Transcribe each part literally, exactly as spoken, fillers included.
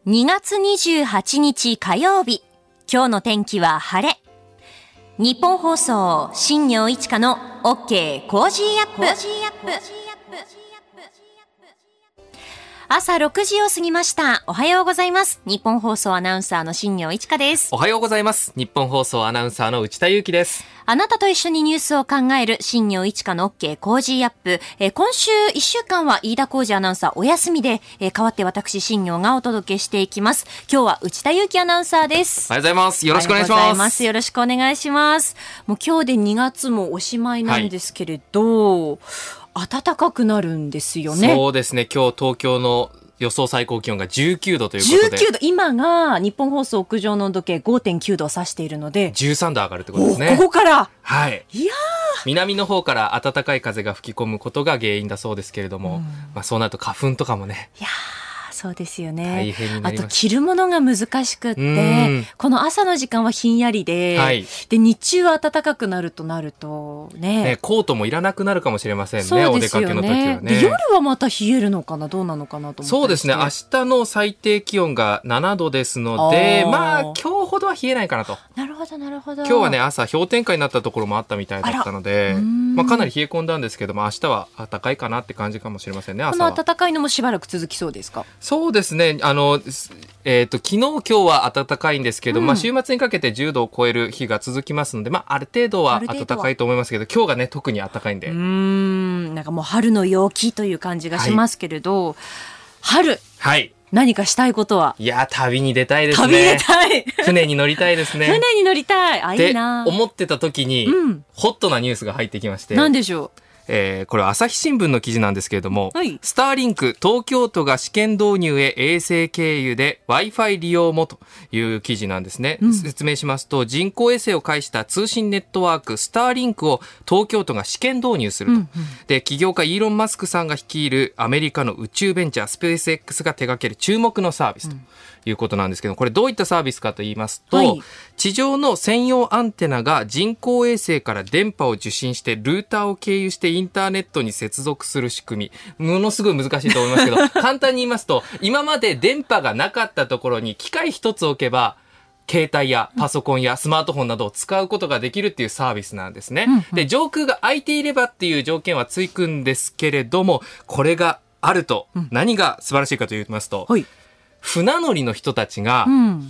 にがつにじゅうはちにち火曜日、今日の天気は晴れ。日本放送新業一華の OK コージーアップ。朝ろくじを過ぎました。おはようございます。日本放送アナウンサーの新業一華です。 おはようございます。日本放送アナウンサーの内田裕樹です。 あなたと一緒にニュースを考える新業一華の OK コージーアップ。えー、今週いっしゅうかんは飯田浩二アナウンサーお休みで、えー、代わって私新業がお届けしていきます。今日は内田裕樹アナウンサーです。 おはようございます。よろしくお願いします。 おはようございます。よろしくお願いします。もう今日でにがつもおしまいなんですけれど、はい、暖かくなるんですよね。 そうですね。今日東京の予想最高気温がじゅうきゅうどということで、 じゅうきゅうど、今が日本放送屋上の温度計 ごてんきゅうどを指しているのでじゅうさんど上がるってことですね。 ここからはい。 いや南の方から暖かい風が吹き込むことが原因だそうですけれども、うん、まあ、そうなると花粉とかもね、いやそうですよね。 大変になります。 あと着るものが難しくって、この朝の時間はひんやりで、はい、で日中は暖かくなるとなると ね, ねコートもいらなくなるかもしれません ね, ねお出かけの時はね。 で夜はまた冷えるのかな、どうなのかなと思って。 そうですね。明日の最低気温がななどですので、まあ今日ほどは冷えないかなと。 なるほどなるほど。 今日はね朝氷点下になったところもあったみたいだったので、まあ、かなり冷え込んだんですけども、明日は暖かいかなって感じかもしれませんね。朝はこの暖かいのもしばらく続きそうですか？ そうですね。あの、えーと、昨日今日は暖かいんですけど、うん、まあ、週末にかけてじゅうどを超える日が続きますので、まあ、ある程度は暖かいと思いますけど、今日がね特に暖かいんで、うーん、なんかもう春の陽気という感じがしますけれど、はい、春、 はい、 何かしたいことは？ いや旅に出たいですね。 旅に出たい船に乗りたいですね。 船に乗りたい。あ、いいな。 って思ってた時に、うん、ホットなニュースが入ってきまして。 何でしょう？ えー、これは朝日新聞の記事なんですけれども、 はい、 スターリンク東京都が試験導入へ衛星経由で Wi-Fi 利用もという記事なんですね、うん、説明しますと、人工衛星を介した通信ネットワークスターリンクを東京都が試験導入すると、うんうん、で起業家イーロン・マスクさんが率いるアメリカの宇宙ベンチャースペース X が手掛ける注目のサービスということなんですけど、これどういったサービスかと言いますと、はい、地上の専用アンテナが人工衛星から電波を受信してルーターを経由してインターネットに接続する仕組み。ものすごい難しいと思いますけど簡単に言いますと、今まで電波がなかったところに機械一つ置けば携帯やパソコンやスマートフォンなどを使うことができるっていうサービスなんですね、うんうん、で上空が空いていればっていう条件はつくんですけれども、これがあると何が素晴らしいかと言いますと、うん、船乗りの人たちが、うん、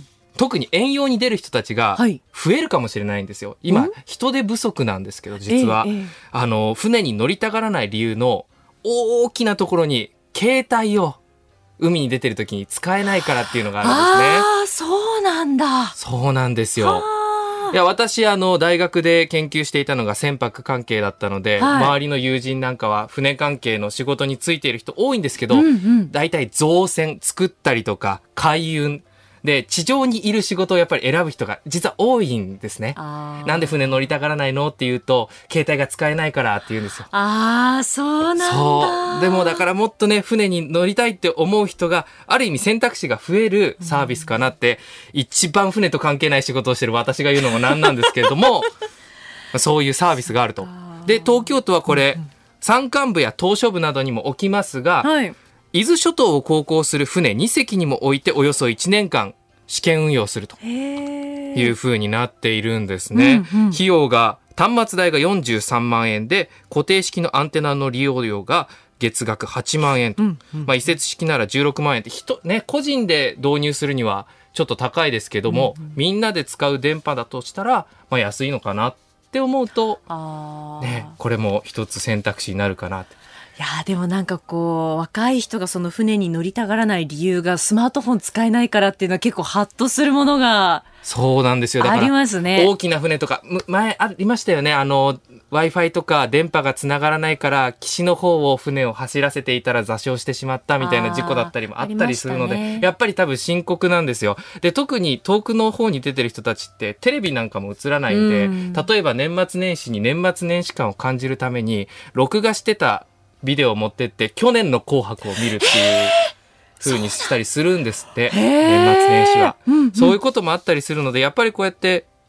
特に遠洋に出る人たちが増えるかもしれないんですよ。今、人手不足なんですけど、実は、えええ、あの船に乗りたがらない理由の大きなところに、携帯を海に出てる時に使えないからっていうのがあるんですね。 ああ、そうなんだ。 そうなんですよ。いや、私あの大学で研究していたのが船舶関係だったので、はい、周りの友人なんかは船関係の仕事に就いている人多いんですけど、うんうん、だいたい造船作ったりとか海運で地上にいる仕事をやっぱり選ぶ人が実は多いんですね。なんで船乗りたがらないのっていうと、携帯が使えないからって言うんですよ。 ああ、そうなんだ。 そう。でもだからもっとね、船に乗りたいって思う人がある意味選択肢が増えるサービスかなって、うん、一番船と関係ない仕事をしてる私が言うのもなんなんですけれどもそういうサービスがあると。で、東京都はこれ、うんうん、山間部や島しょ部などにも置きますが、はい、伊豆諸島を航行する船にせきにも置いておよそいちねんかん試験運用するという風になっているんですね、うんうん、費用が端末代がよんじゅうさんまんえんで、固定式のアンテナの利用料が月額はちまんえんと、うんうん、まあ、移設式ならじゅうろくまんえんって人、ね、個人で導入するにはちょっと高いですけども、うんうん、みんなで使う電波だとしたら、まあ、安いのかなって思うと、あ、ね、これも一つ選択肢になるかなって。 いやでもなんかこう若い人がその船に乗りたがらない理由がスマートフォン使えないからっていうのは結構ハッとするものがそうなんですよ。だからありますね。 大きな船とか前ありましたよね。あの Wi-Fi とか電波がつながらないから岸の方を船を走らせていたら座礁してしまったみたいな事故だったりもあったりするので、ね、やっぱり多分深刻なんですよ。で特に遠くの方に出てる人たちってテレビなんかも映らないんで、ん例えば年末年始に年末年始感を感じるために録画してたビデオを持ってって去年の紅白を見るっていう風にしたりするんですって。年末年始は、うんうん、そういうこともあったりするので、やっぱりこうやって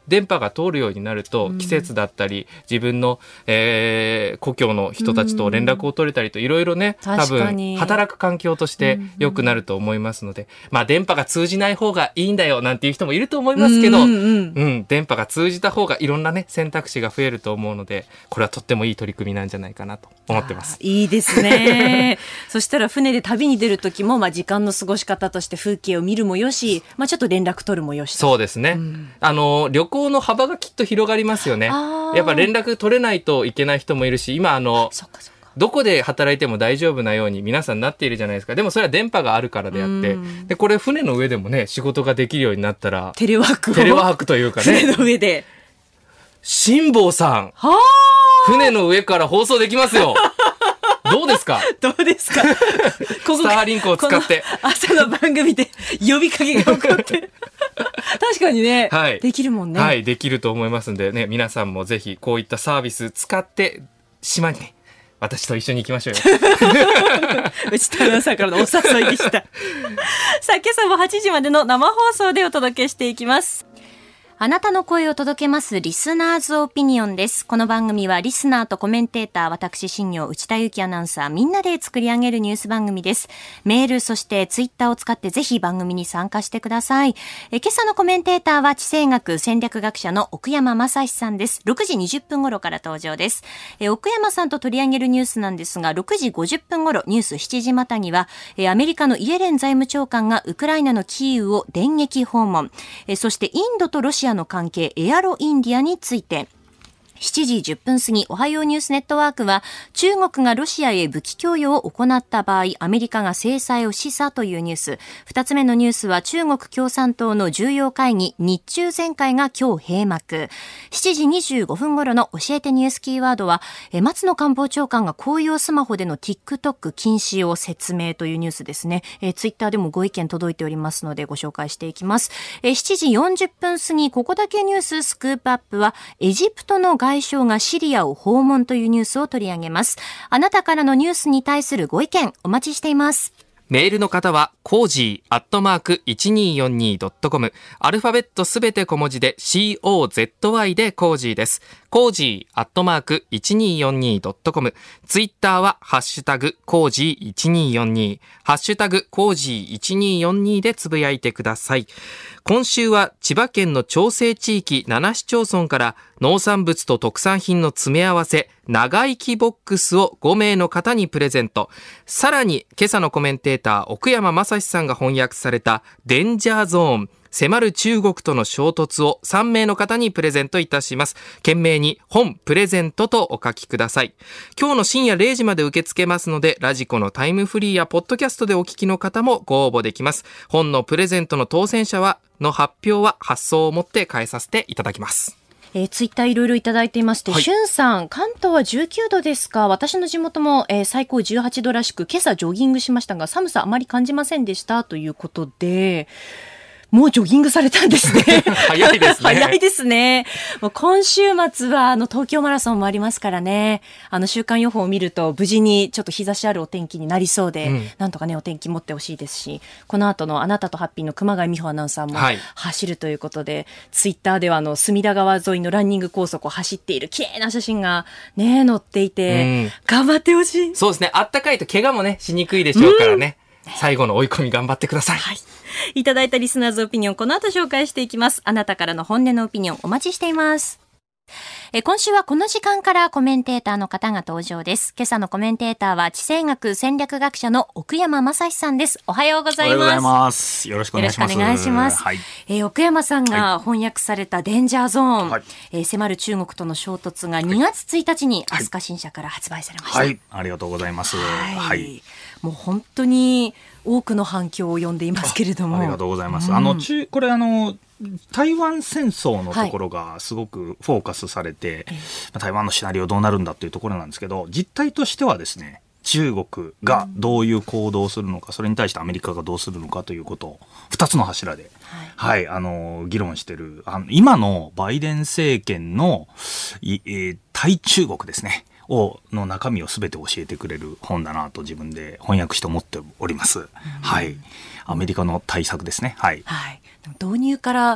電波が通るようになると、うん、季節だったり自分の、えー、故郷の人たちと連絡を取れたりといろいろね、多分働く環境として良くなると思いますので、うんうん、まあ電波が通じない方がいいんだよなんていう人もいると思いますけど、うん、うんうん、電波が通じた方がいろんなね選択肢が増えると思うので、これはとってもいい取り組みなんじゃないかなと思ってます。 いいですねそしたら船で旅に出る時も、まあ、時間の過ごし方として風景を見るもよし、まあ、ちょっと連絡取るもよし。 そうですね、うん、あの旅行の幅がきっと広がりますよね。やっぱ連絡取れないといけない人もいるし、今あのそっかそっかどこで働いても大丈夫なように皆さんなっているじゃないですか。でもそれは電波があるからであって、でこれ船の上でもね仕事ができるようになったらテレワークをテレワークというかね、 船の上で辛坊さんは船の上から放送できますよどうですかどうですかここスターリンクを使って朝の番組で呼びかけが起こって確かにね、はい、できるもんね。 はい、できると思いますんでね、皆さんもぜひこういったサービス使って島にね私と一緒に行きましょうよ内田アナウンサーからのお誘いでしたさあ今朝もはちじまでの生放送でお届けしていきます。あなたの声を届けますリスナーズオピニオンです。この番組はリスナーとコメンテーター、私新業内田有紀アナウンサーみんなで作り上げるニュース番組です。メールそしてツイッターを使ってぜひ番組に参加してください。え今朝のコメンテーターは地政学戦略学者の奥山正史さんです。ろくじにじゅっぷん頃から登場です。え奥山さんと取り上げるニュースなんですが、ろくじごじゅっぷん頃ニュースしちじまたぎはえアメリカのイエレン財務長官がウクライナのキーウを電撃訪問、えそしてインドとロシアの関係エアロインディアについて、しちじじゅっぷん過ぎ、おはようニュースネットワークは、中国がロシアへ武器供与を行った場合、アメリカが制裁を示唆というニュース。二つ目のニュースは、中国共産党の重要会議、日中全会が今日閉幕。しちじにじゅうごふん頃の教えてニュースキーワードは、え松野官房長官が公用スマホでの TikTok 禁止を説明というニュースですね。えツイッターでもご意見届いておりますので、ご紹介していきます。えしちじよんじゅっぷん過ぎ、ここだけニューススクープアップは、エジプトの外相がシリアを訪問というニュースを取り上げます。あなたからのニュースに対するご意見お待ちしています。 メールの方はコージーアットマーク いちにーよんにードットコム、 アルファベットすべて小文字で シーオーゼットワイ でコージーです。コージーアットマーク いちにーよんにードットコム、 ツイッターはハッシュタグコージーいちにーよんにー、ハッシュタグコージーいちにーよんにーでつぶやいてください。今週は千葉県の調整地域なな市町村から農産物と特産品の詰め合わせ長生きボックスをごめいの方にプレゼント。さらに今朝のコメンテーター奥山正史さんが翻訳されたデンジャーゾーン、迫る中国との衝突をさんめいの方にプレゼントいたします。懸命に本プレゼントとお書きください。今日の深夜れいじまで受け付けますので、ラジコのタイムフリーやポッドキャストでお聞きの方もご応募できます。本のプレゼントの当選者はの発表は発送をもって返させていただきます。 えー、ツイッターいろいろいただいていまして、はい、しゅんさん、関東はじゅうきゅうどですか。私の地元も、えー、最高じゅうはちどらしく、今朝ジョギングしましたが寒さあまり感じませんでしたということで、もうジョギングされたんですね早いですね早いですね。もう今週末はあの東京マラソンもありますからね。あの週間予報を見ると無事にちょっと日差しあるお天気になりそうで、うん、なんとかねお天気持ってほしいですし、この後のあなたとハッピーの熊谷美穂アナウンサーも走るということで、はい、ツイッターではあの隅田川沿いのランニングコースを走っている綺麗な写真がね載っていて、うん、頑張ってほしい。 そうですね、あったかいと怪我もねしにくいでしょうからね、うん、最後の追い込み頑張ってください。 はい、いただいたリスナーズオピニオン、この後紹介していきます。あなたからの本音のオピニオンお待ちしています。え今週はこの時間からコメンテーターの方が登場です。今朝のコメンテーターは地政学戦略学者の奥山正史さんです。おはようございます。おはようございます。 よろしくお願いします。 よろしくお願いします。はい、えー、奥山さんが翻訳されたデンジャーゾーン、はい、えー、迫る中国との衝突がにがつついたちに飛鳥新社から発売されました。 はい、はい、ありがとうございます。はい、はい、 もう本当に多くの反響を呼んでいますけれども、 あ, ありがとうございます。うん、あの中これあの台湾戦争のところがすごくフォーカスされて、はい、台湾のシナリオどうなるんだっていうところなんですけど、実態としてはですね、中国がどういう行動をするのか、それに対してアメリカがどうするのかということをふたつの柱で、はいはい、あの議論している、あの今のバイデン政権のい、えー、対中国ですねをの中身をすべて教えてくれる本だなと自分で翻訳して思っております。うん、はい、アメリカの対策ですね。はい、 はい、導入から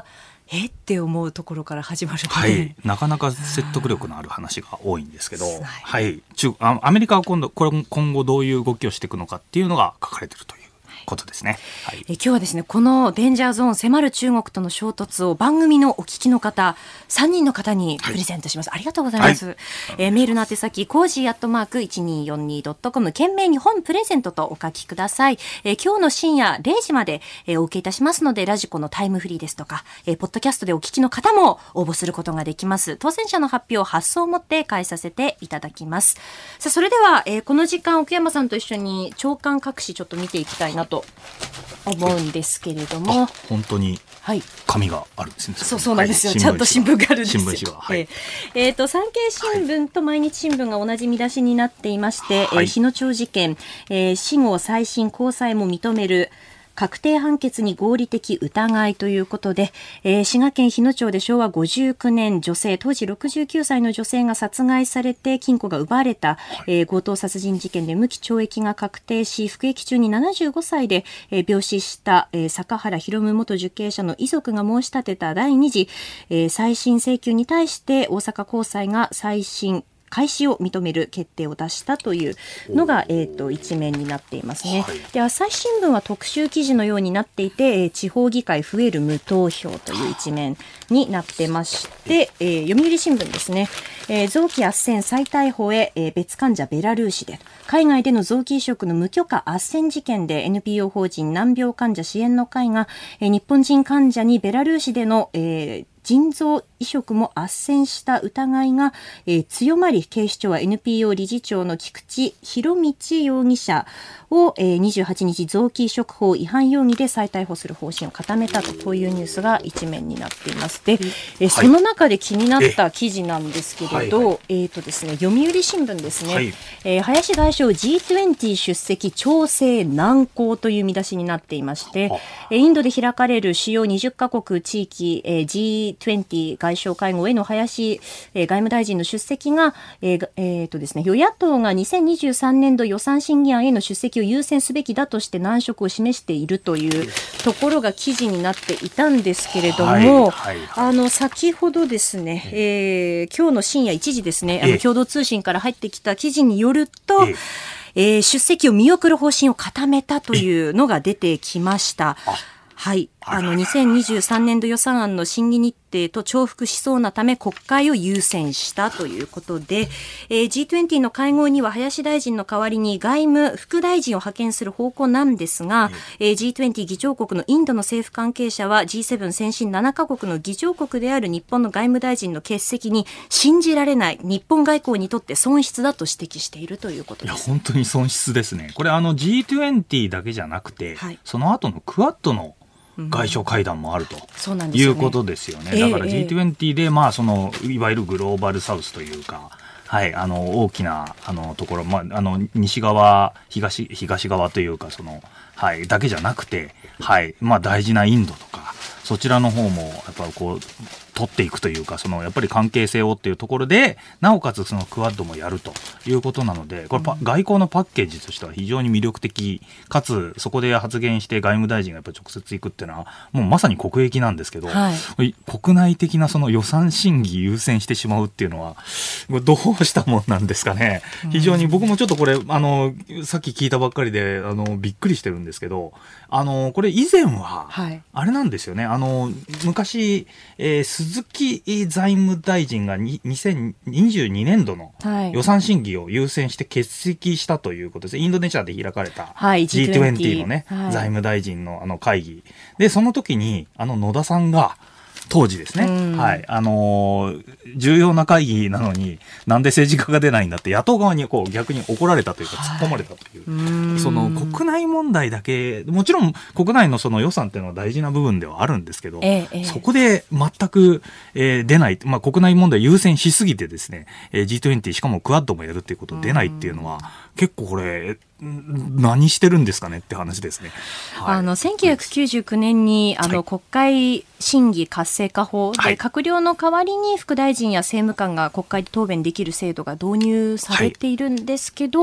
えって思うところから始まるので、 はい、なかなか説得力のある話が多いんですけど、はい、中あアメリカは今度これ今後どういう動きをしていくのかっていうのが書かれているということですね。はい、 え今日はですね、このデンジャーゾーン迫る中国との衝突を番組のお聞きの方さんにんの方にプレゼントします。はい、ありがとうございます。はい、えー、メールの宛先コージーアットマーク いちにーよんにードットコム 懸命に本プレゼントとお書きください。えー、今日の深夜れいじまで、えー、お受けいたしますので、ラジコのタイムフリーですとか、えー、ポッドキャストでお聞きの方も応募することができます。当選者の発表発送をもって返させていただきます。さあ、それでは、えー、この時間奥山さんと一緒に朝刊各紙ちょっと見ていきたいなと思うんですけれども、 本当に紙があるんですね。 はい、そうそうなんですよ、はい、ちゃんと新聞があるんですよ。 新聞紙が、はい、 えーえー、と産経新聞と毎日新聞が同じ見出しになっていまして、はい、えー、日野町事件、えー、死後再審高裁も認める確定判決に合理的疑いということで、えー、滋賀県日野町でしょうわごじゅうきゅうねん女性当時ろくじゅうきゅうさいの女性が殺害されて金庫が奪われた、えー、強盗殺人事件で無期懲役が確定し服役中にななじゅうごさいで、えー、病死した、えー、坂原弘受元受刑者の遺族が申し立てただいに次、えー、再審請求に対して大阪高裁が再審開始を認める決定を出したというのが、えー、と一面になっていますね。はい、で朝日新聞は特集記事のようになっていて、地方議会増える無投票という一面になってまして、えー、読売新聞ですね、えー、臓器斡旋再逮捕へ、えー、別患者ベラルーシで海外での臓器移植の無許可斡旋事件で エヌピーオー 法人難病患者支援の会が、えー、日本人患者にベラルーシでの、えー腎臓移植も斡旋した疑いが、えー、強まり、警視庁は エヌピーオー 理事長の菊池博道容疑者を、えー、にじゅうはちにち臓器移植法違反容疑で再逮捕する方針を固めたと、こういうニュースが一面になっています。で、えーはい、その中で気になった記事なんですけれど、はいはい、えーとですね、読売新聞ですね、はい、えー、林外相 ジートゥエンティー 出席調整難航という見出しになっていまして、えー、インドで開かれる主要にじゅっかこく地域、えー、ジートゥエンティー 外相会合への林、えー、外務大臣の出席が、えーえーとですね、与野党がにせんにじゅうさんねんど予算審議案への出席を優先すべきだとして難色を示しているというところが記事になっていたんですけれども、はいはいはい、あの先ほどですね、えー、今日の深夜いちじですね、あの共同通信から入ってきた記事によると、ええー、出席を見送る方針を固めたというのが出てきました。はい、あのにせんにじゅうさんねんど予算案の審議日程と重複しそうなため国会を優先したということで、えー、ジートゥエンティー の会合には林大臣の代わりに外務副大臣を派遣する方向なんですが、えー、ジートゥエンティー 議長国のインドの政府関係者は ジーセブン 先進ななかこくの議長国である日本の外務大臣の欠席に信じられない日本外交にとって損失だと指摘しているということです。 いや本当に損失ですね。これあの ジートゥエンティー だけじゃなくて、はい、その後のクアッドの外相会談もあると、うん、いうことですよね。だから ジートゥエンティー で、まあ、そのいわゆるグローバルサウスというか、はい、あの大きなあのところ、まあ、あの西側 東, 東側というかその、はい、だけじゃなくて、はいまあ、大事なインドとかそちらの方もやっぱこう取っていくというか、そのやっぱり関係性をっていうところでなおかつそのクアッドもやるということなので、これパ、うん、外交のパッケージとしては非常に魅力的かつそこで発言して外務大臣がやっぱ直接行くっていうのはもうまさに国益なんですけど、はい、国内的なその予算審議優先してしまうっていうのはどうしたもんなんですかね。非常に僕もちょっとこれあのさっき聞いたばっかりであのびっくりしてるんですけど、あのこれ以前はあれなんですよね、はい、あの昔、えー、鈴木財務大臣がにせんにじゅうにねんどの予算審議を優先して欠席したということです。インドネシアで開かれた ジートゥエンティー のね、はい、財務大臣のあの会議で、その時にあの野田さんが当時ですね、はい、あのー、重要な会議なのになんで政治家が出ないんだって野党側にこう逆に怒られたというか突っ込まれたという、はい、その国内問題だけ、もちろん国内のその予算っていうのは大事な部分ではあるんですけど、ええ、そこで全く、えー、出ない、まあ、国内問題優先しすぎてですね、えー、ジートゥエンティー しかもクアッドもやるっていうこと出ないっていうのは結構これ何してるんですかねって話ですね。 はい、あのせんきゅうひゃくきゅうじゅうきゅうねんにあの国会審議活性化法で、はい、閣僚の代わりに副大臣や政務官が国会で答弁できる制度が導入されているんですけど、はい、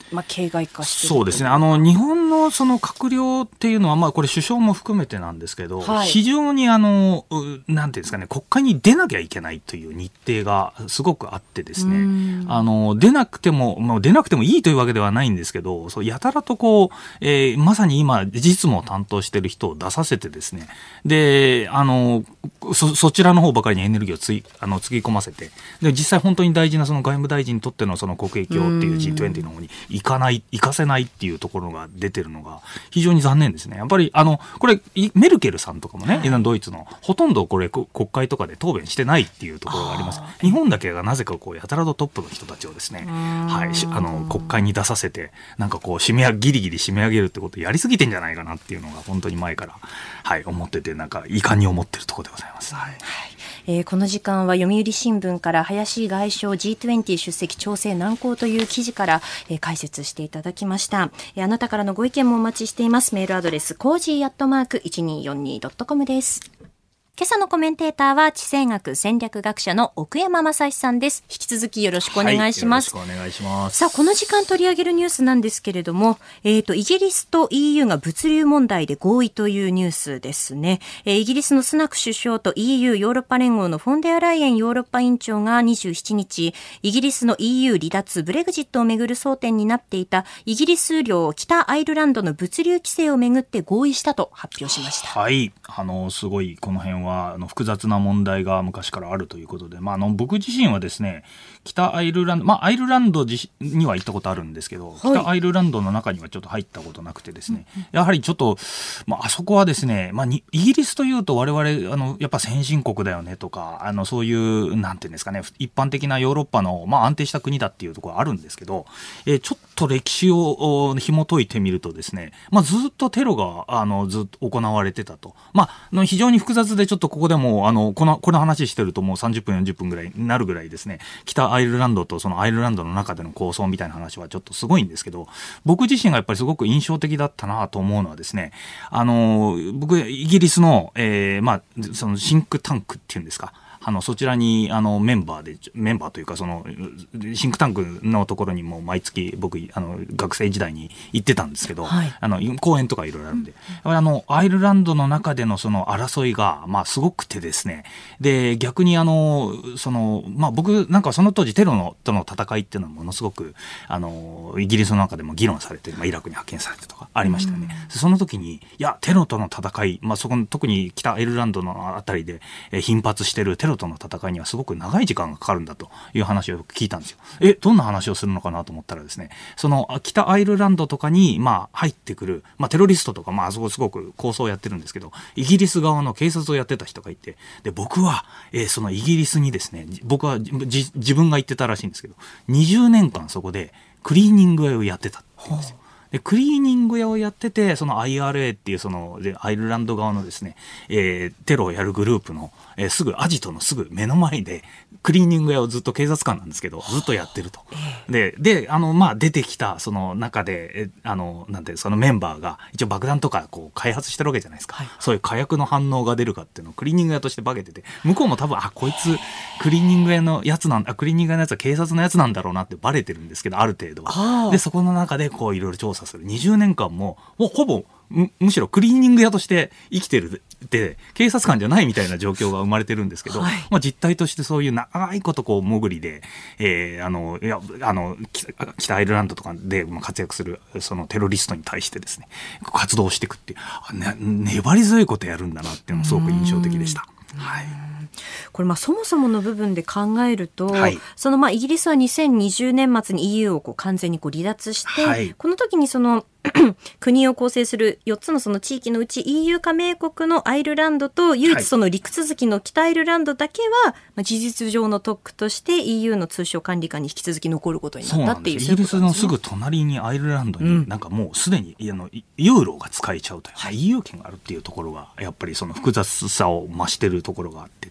まあ、形骸化している。 そうですね。あの日本のその閣僚っていうのは、まあこれ首相も含めてなんですけど、はい、非常にあのなんていうんですかね、国会に出なきゃいけないという日程がすごくあってですね、あの出なくても、まあ、出なくてもいいというわけではないんですけど、そうやたらとこう、えー、まさに今実務を担当している人を出させてですね、であの そ, そちらの方ばかりにエネルギーをついあのつぎ込ませて、で実際本当に大事なその外務大臣にとってのその国益をっていう ジートゥエンティー の方に行かない行かせないっていうところが出てるのが非常に残念ですね。やっぱりあのこれメルケルさんとかもね、はい、ドイツのほとんどこれ国会とかで答弁してないっていうところがあります。日本だけがなぜかこうやたらとトップの人たちをですね、はい、あの国会に出させてなんかこう締めギリギリ締め上げるってことをやりすぎてんじゃないかなっていうのが本当に前から、はい、思ってて、なんか遺憾に思ってるところでございます。はい、 えー、この時間は読売新聞から林外相 ジートゥエンティー 出席調整難航という記事から、えー、解説していただきました。えー、あなたからのご意見もお待ちしています。メールアドレスコージーアットマーク いちにーよんにードットコム です。今朝のコメンテーターは地政学戦略学者の奥山正史さんです。引き続きよろしくお願いします。 はい、よろしくお願いします。 さあ、この時間取り上げるニュースなんですけれども、えーと、イギリスと イーユー が物流問題で合意というニュースですね。えー、イギリスのスナク首相と イーユー ヨーロッパ連合のフォンデアライエンヨーロッパ委員長がにじゅうしちにち、イギリスの イーユー 離脱ブレグジットをめぐる争点になっていたイギリス領北アイルランドの物流規制をめぐって合意したと発表しました。 はい、あのすごいこの辺はあの複雑な問題が昔からあるということで、まあ、あの僕自身はですね、北アイルランド、まあ、アイルランドには行ったことあるんですけど、はい、北アイルランドの中にはちょっと入ったことなくてですね、うん、やはりちょっと、まあ、あそこはですね、まあ、にイギリスというと我々あのやっぱ先進国だよねとか、あのそういうなんていうんですかね、一般的なヨーロッパの、まあ、安定した国だっていうところあるんですけど、えー、ちょっと歴史を紐解いてみるとですね、まあ、ずっとテロがあのずっと行われてたと、まあ、非常に複雑で、ちょっとここでもあのこのこの話してるともうさんじゅっぷんよんじゅっぷんぐらいになるぐらいですね、北アイルランドとそのアイルランドの中での構想みたいな話はちょっとすごいんですけど、僕自身がやっぱりすごく印象的だったなと思うのはですね、あの僕イギリスの、えー、まあそのシンクタンクっていうんですか、あのそちらにあのメンバーでメンバーというかそのシンクタンクのところにも毎月僕あの学生時代に行ってたんですけど、はい、あの講演とかいろいろあるんで、うん、あのアイルランドの中でのその争いがまあすごくてですね、で逆にあのそのまあ僕なんかその当時テロのとの戦いっていうのはものすごくあのイギリスの中でも議論されて、まあ、イラクに派遣されてとかありましたよね。うん、その時にいやテロとの戦い、まあそこの特に北アイルランドのあたりで頻発しているテロとの戦いにはすごく長い時間がかかるんだという話を聞いたんですよ。え、どんな話をするのかなと思ったらですね、その北アイルランドとかにまあ入ってくる、まあ、テロリストとか、まあ、あそこすごく構想をやってるんですけど、イギリス側の警察をやってた人がいて、で僕は、えー、そのイギリスにですね、僕はじ自分が言ってたらしいんですけど、にじゅうねんかんそこでクリーニング屋をやってたって言うんですよ。でクリーニング屋をやってて、その アイアールエー っていうそのでアイルランド側のですね、えー、テロをやるグループの、えー、すぐアジトのすぐ目の前でクリーニング屋をずっと警察官なんですけどずっとやってると。でであのまあ出てきたその中でえあのなんていうそのメンバーが一応爆弾とかこう開発してるわけじゃないですか。はい、そういう火薬の反応が出るかっていうのをクリーニング屋として化けてて、向こうも多分あこいつクリーニング屋のやつなんだ、クリーニング屋のやつは警察のやつなんだろうなってバレてるんですけど、ある程度は。でそこの中でこういろいろ調査するにじゅうねんかんももうほぼ む, むしろクリーニング屋として生きてるで警察官じゃないみたいな状況が生まれてるんですけど、はい、まあ、実態としてそういう長いことこう潜りで、えー、あのいやあの北アイルランドとかで活躍するそのテロリストに対してですね活動していくっていう、ね、粘り強いことやるんだなっていうのもすごく印象的でした。はい、 これまあそもそもの部分で考えると、はい、そのまあイギリスはにせんにじゅうねん末に イーユー をこう完全にこう離脱して、はい、この時にその国を構成するよっつのその地域のうち イーユー 加盟国のアイルランドと唯一その陸続きの北アイルランドだけは、まあ、事実上の特区として イーユー の通商管理下に引き続き残ることになったっていう。 イギリスのすぐ隣にアイルランドになんかもうすでにあのユーロが使えちゃうという、はい、イーユー 圏があるっていうところがやっぱりその複雑さを増してるところがあってっ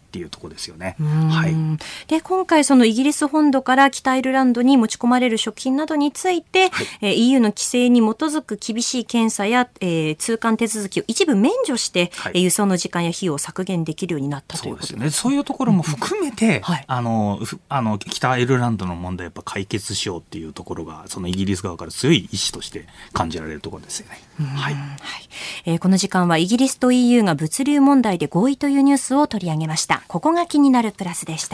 っていうところですよね。 はい、で今回そのイギリス本土から北アイルランドに持ち込まれる食品などについて、はい、えー、イーユー の規制に基づく厳しい検査や、えー、通関手続きを一部免除して、はい、輸送の時間や費用を削減できるようになったということですね。 そうですね。そういうところも含めて、うん、はい、あのあの北アイルランドの問題をやっぱ解決しようっていうところがそのイギリス側から強い意思として感じられるところですよね。はい、はい、 えー、この時間はイギリスと イーユー が物流問題で合意というニュースを取り上げました。ここが気になるプラスでした。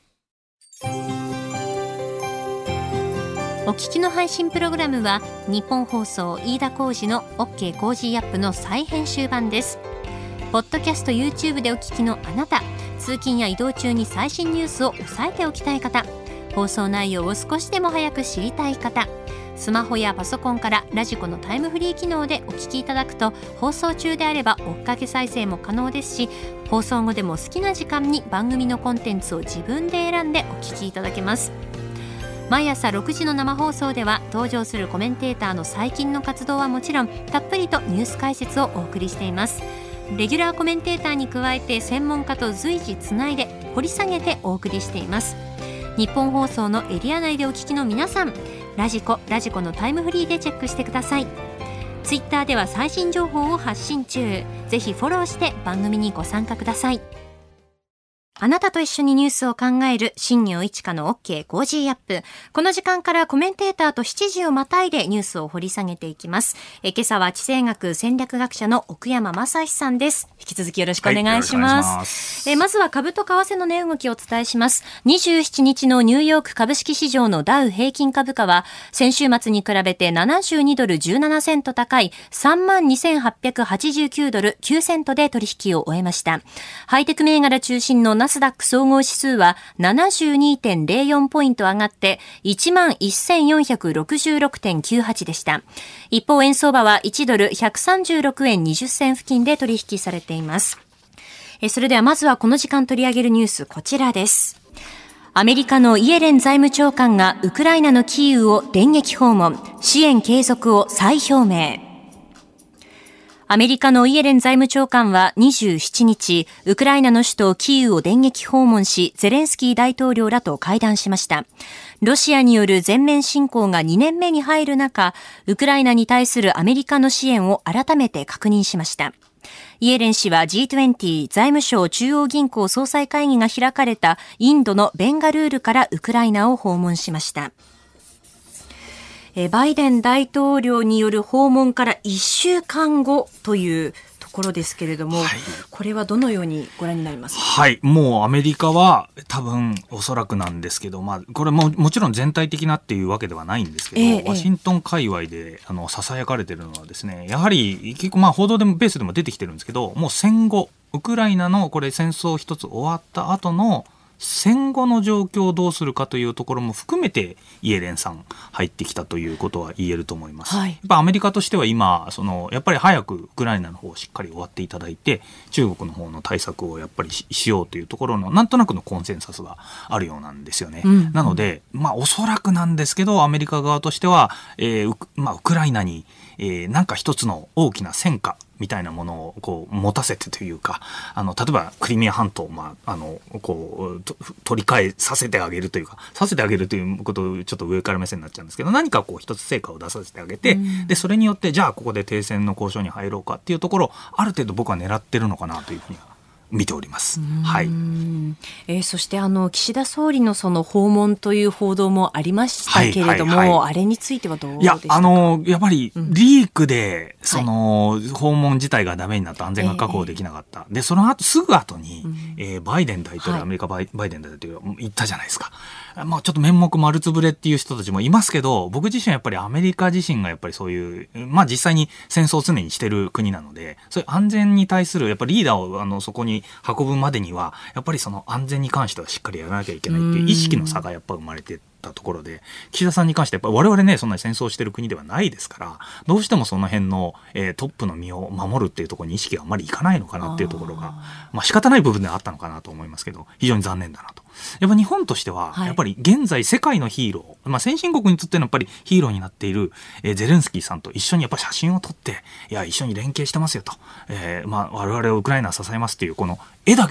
お聞きの配信プログラムは日本放送飯田浩司の OK コージーアップの再編集版です。ポッドキャスト YouTube でお聞きのあなた、通勤や移動中に最新ニュースを押さえておきたい方、放送内容を少しでも早く知りたい方、スマホやパソコンからラジコのタイムフリー機能でお聞きいただくと、放送中であれば追っかけ再生も可能ですし、放送後でも好きな時間に番組のコンテンツを自分で選んでお聞きいただけます。毎朝ろくじの生放送では登場するコメンテーターの最近の活動はもちろん、たっぷりとニュース解説をお送りしています。レギュラーコメンテーターに加えて専門家と随時つないで掘り下げてお送りしています。日本放送のエリア内でお聞きの皆さん、ラジコ、ラジコのタイムフリーでチェックしてください。ツイッターでは最新情報を発信中。ぜひフォローして番組にご参加ください。あなたと一緒にニュースを考える新業一華の OK コージーアップ。この時間からコメンテーターとしちじをまたいでニュースを掘り下げていきます。え今朝は地政学戦略学者の奥山正史さんです。引き続きよろしくお願いします。はい、ますえまずは株と為替の値動きをお伝えします。にじゅうしちにちのニューヨーク株式市場のダウ平均株価は先週末に比べてななじゅうにドルじゅうななセント高い さんまんにせんはっぴゃくはちじゅうきゅうドルきゅうセントで取引を終えました。ハイテク銘柄中心のナスダック総合指数は ななじゅうにてんぜろよん ポイント上がって いちまんせんよんひゃくろくじゅうろくてんきゅうはち でした。一方、円相場はいちドルひゃくさんじゅうろくえんにじゅっせん付近で取引されています。えそれではまずはこの時間取り上げるニュース、こちらです。アメリカのイエレン財務長官がウクライナのキーウを電撃訪問、支援継続を再表明。アメリカのイエレン財務長官はにじゅうしちにち、ウクライナの首都キーウを電撃訪問し、ゼレンスキー大統領らと会談しました。ロシアによる全面侵攻がにねんめに入る中、ウクライナに対するアメリカの支援を改めて確認しました。イエレン氏は ジートゥエンティー 財務省中央銀行総裁会議が開かれたインドのベンガルールからウクライナを訪問しました。バイデン大統領による訪問からいっしゅうかんごというところですけれども、はい、これはどのようにご覧になりますか？ はい、もうアメリカは多分おそらくなんですけど、まあ、これももちろん全体的なっていうわけではないんですけど、ええ、ワシントン界隈であの囁かれているのはですね、やはり結構まあ報道でもベースでも出てきてるんですけど、もう戦後ウクライナのこれ戦争一つ終わった後の戦後の状況をどうするかというところも含めてイエレンさん入ってきたということは言えると思います。はい、やっぱアメリカとしては今そのやっぱり早くウクライナの方をしっかり終わっていただいて、中国の方の対策をやっぱり し, しようというところのなんとなくのコンセンサスがあるようなんですよね。うんうん、なのでまあおそらくなんですけど、アメリカ側としては、えーまあ、ウクライナに、えー、なんか一つの大きな戦果みたいなものをこう持たせてというか、あの例えばクリミア半島を、まあ、あのこう取り返させてあげるというか、させてあげるということをちょっと上から目線になっちゃうんですけど、何かこう一つ成果を出させてあげて、うん、でそれによってじゃあここで停戦の交渉に入ろうかっていうところをある程度僕は狙ってるのかなというふうには見ております。はい。 えー、そしてあの岸田総理のその訪問という報道もありましたけれども、はいはいはい、あれについてはどうでしたか？いや、 あのやっぱりリークで、うん、その、はい、訪問自体がダメになった、安全が確保できなかった、えー、でその後すぐ後に、うんえー、バイデン大統領、はい、アメリカバイ、バイデン大統領言ったじゃないですか。まあ、ちょっと面目丸つぶれっていう人たちもいますけど、僕自身はやっぱりアメリカ自身がやっぱりそういう、まあ実際に戦争を常にしてる国なので、そういう安全に対するやっぱりリーダーをあのそこに運ぶまでには、やっぱりその安全に関してはしっかりやらなきゃいけないっていう意識の差がやっぱ生まれてたところで、岸田さんに関してやっぱり我々ね、そんなに戦争してる国ではないですから、どうしてもその辺の、えー、トップの身を守るっていうところに意識があまりいかないのかなっていうところが、まあ仕方ない部分ではあったのかなと思いますけど、非常に残念だなと。やっぱ日本としては、やっぱり現在世界のヒーロー、はい、まあ先進国にとってのやっぱりヒーローになっている、えー、ゼレンスキーさんと一緒にやっぱり写真を撮って、いや、一緒に連携してますよと、えー、まあ我々はウクライナを支えますっていうこの絵だけでも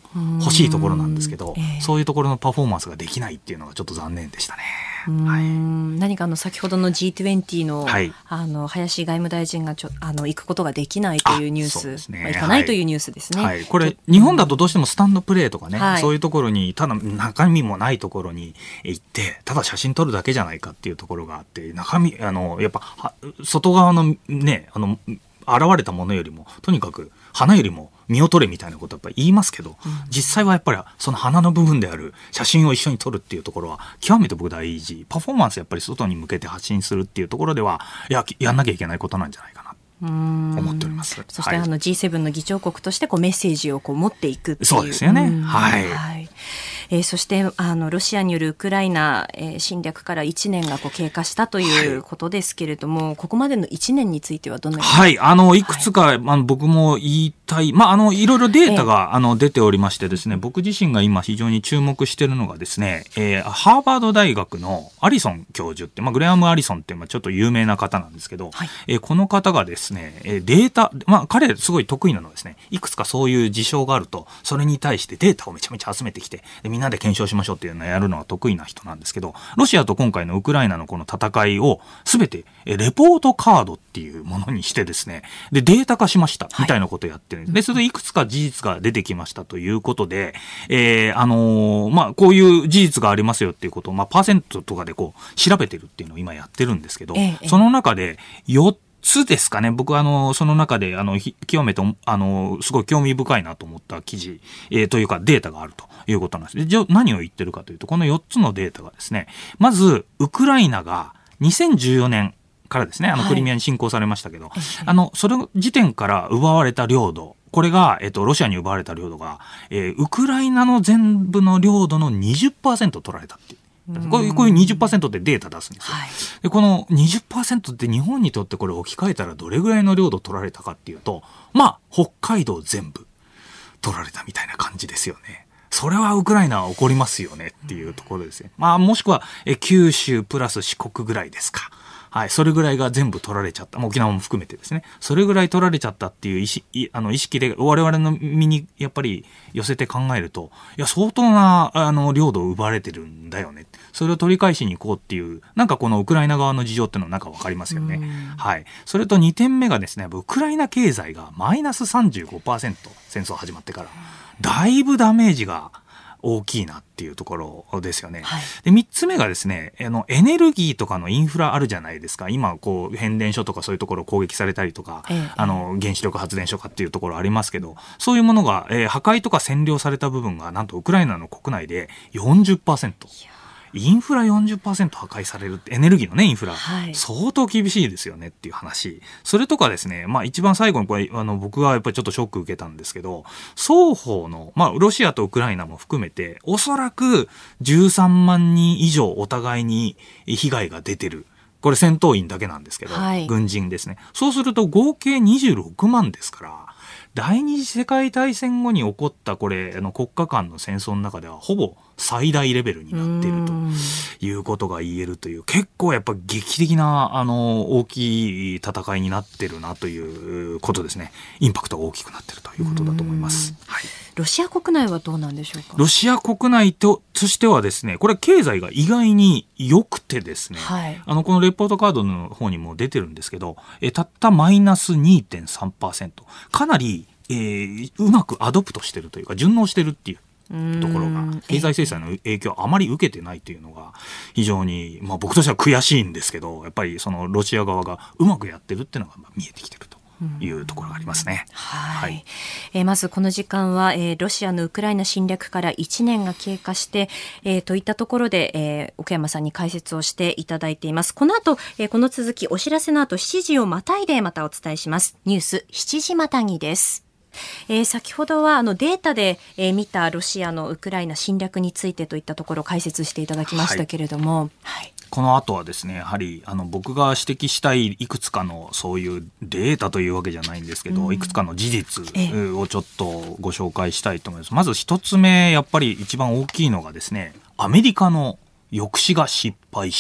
欲しいところなんですけど、 えー、 そういうところのパフォーマンスができないっていうのがちょっと残念でしたね。 はい、何かあの先ほどの ジートゥエンティー の、 はい、 あの林外務大臣がちょあの行くことができないというニュース、ね、まあ、行かないというニュースですね。 はいはい、これ日本だとどうしてもスタンドプレーとかね、 はい、 そういうところにただ中身もないところに行ってただ写真撮るだけじゃないかっていうところがあって、中身あのやっぱ外側のねあの現れたものよりもとにかく花よりも身を取れみたいなことはやっぱり言いますけど、うん、実際はやっぱりその花の部分である写真を一緒に撮るっていうところは極めて僕大事。パフォーマンスやっぱり外に向けて発信するっていうところではいややんなきゃいけないことなんじゃないかな思っております。 そして、はい、あの ジーセブン の議長国としてこうメッセージをこう持っていくっていう。 そうですよね。はい、 はい、えー、そしてあのロシアによるウクライナ、えー、侵略からいちねんがこう経過したということですけれども、はい、ここまでのいちねんについてはどのように。 はい、あのいくつか、はい、あの僕も言いたい、まあ、あのいろいろデータが、えー、あの出ておりましてですね、僕自身が今非常に注目しているのがですね、えー、ハーバード大学のアリソン教授って、まあ、グレアム・アリソンってまあちょっと有名な方なんですけど、はい、えー、この方がですね、データ、まあ、彼すごい得意なのはですね、いくつかそういう事象があるとそれに対してデータをめちゃめちゃ集めてきて、でみんなで検証しましょうっていうのをやるのが得意な人なんですけど、ロシアと今回のウクライナのこの戦いを全てレポートカードっていうものにしてですね、でデータ化しましたみたいなことをやってるんです、はい、でそれでいくつか事実が出てきましたということで、えー、あのー、まあこういう事実がありますよっていうことをまあパーセントとかでこう調べてるっていうのを今やってるんですけど、ええ、その中でよっつですかね。僕はあのその中であの極めてあのすごい興味深いなと思った記事、えー、というかデータがあるということなんです。でじゃあ何を言ってるかというと、このよっつのデータがですね、まずウクライナがにせんじゅうよねんからですね、あのクリミアに侵攻されましたけど、はい、あのその時点から奪われた領土、これが、えっと、ロシアに奪われた領土が、えー、ウクライナの全部の領土の にじゅっパーセント 取られたっていう。こういう、こういう にじゅっパーセント でデータ出すんですよ、はい、でこの にじゅっパーセント って日本にとってこれ置き換えたらどれぐらいの領土取られたかっていうと、まあ北海道全部取られたみたいな感じですよね。それはウクライナは怒りますよねっていうところですね。まあもしくはえ九州プラス四国ぐらいですか。はい、それぐらいが全部取られちゃった。沖縄も含めてですね。それぐらい取られちゃったっていう意識、あの意識で我々の身にやっぱり寄せて考えると、いや相当なあの領土を奪われてるんだよね。それを取り返しに行こうっていう、なんかこのウクライナ側の事情っていうのはなんかわかりますよね。はい。それとにてんめがですね、ウクライナ経済がマイナス さんじゅうごパーセント、戦争始まってからだいぶダメージが大きいなっていうところですよね。はい、でみっつめがですね、あのエネルギーとかのインフラあるじゃないですか。今こう変電所とかそういうところ攻撃されたりとか、ええ、あの原子力発電所かっていうところありますけど、そういうものが、えー、破壊とか占領された部分がなんとウクライナの国内で よんじゅっパーセント。インフラ よんじゅっパーセント 破壊されるって、エネルギーのねインフラ、はい、相当厳しいですよねっていう話。それとかですね、まあ一番最後にこれあの僕はやっぱりちょっとショック受けたんですけど、双方のまあロシアとウクライナも含めておそらくじゅうさんまんにん以上お互いに被害が出てる。これ戦闘員だけなんですけど、はい、軍人ですね。そうすると合計にじゅうろくまんですから、第二次世界大戦後に起こったこれあの国家間の戦争の中ではほぼ最大レベルになっているということが言えるという、結構やっぱ劇的なあの大きい戦いになってるなということですね。インパクトが大きくなっているということだと思います。はい、 ロシア国内はどうなんでしょうか。 ロシア国内ととしてはですね、これ経済が意外に良くてですね、はい、あのこのレポートカードの方にも出てるんですけど、えたったマイナス にてんさんパーセント、かなり、えー、うまくアドプトしてるというか順応してるっていうところが、経済制裁の影響をあまり受けてないというのが非常に、まあ、僕としては悔しいんですけど、やっぱりそのロシア側がうまくやってるっていうのが見えてきてるというところがありますね。 はい、はい、えー、まずこの時間は、えー、ロシアのウクライナ侵略からいちねんが経過して、えー、といったところで、えー、奥山さんに解説をしていただいています。この後、えー、この続きお知らせの後しちじをまたいでまたお伝えします。ニュースしちじまたぎです。えー、先ほどはあのデータで、えー、見たロシアのウクライナ侵略についてといったところを解説していただきましたけれども、はいはい、 この後はですね、やはりあの僕が指摘したいいくつかのそういうデータというわけじゃないんですけど、うん、いくつかの事実をちょっとご紹介したいと思います。まず一つ目、やっぱり一番大きいのがですね、アメリカの抑止が失敗したと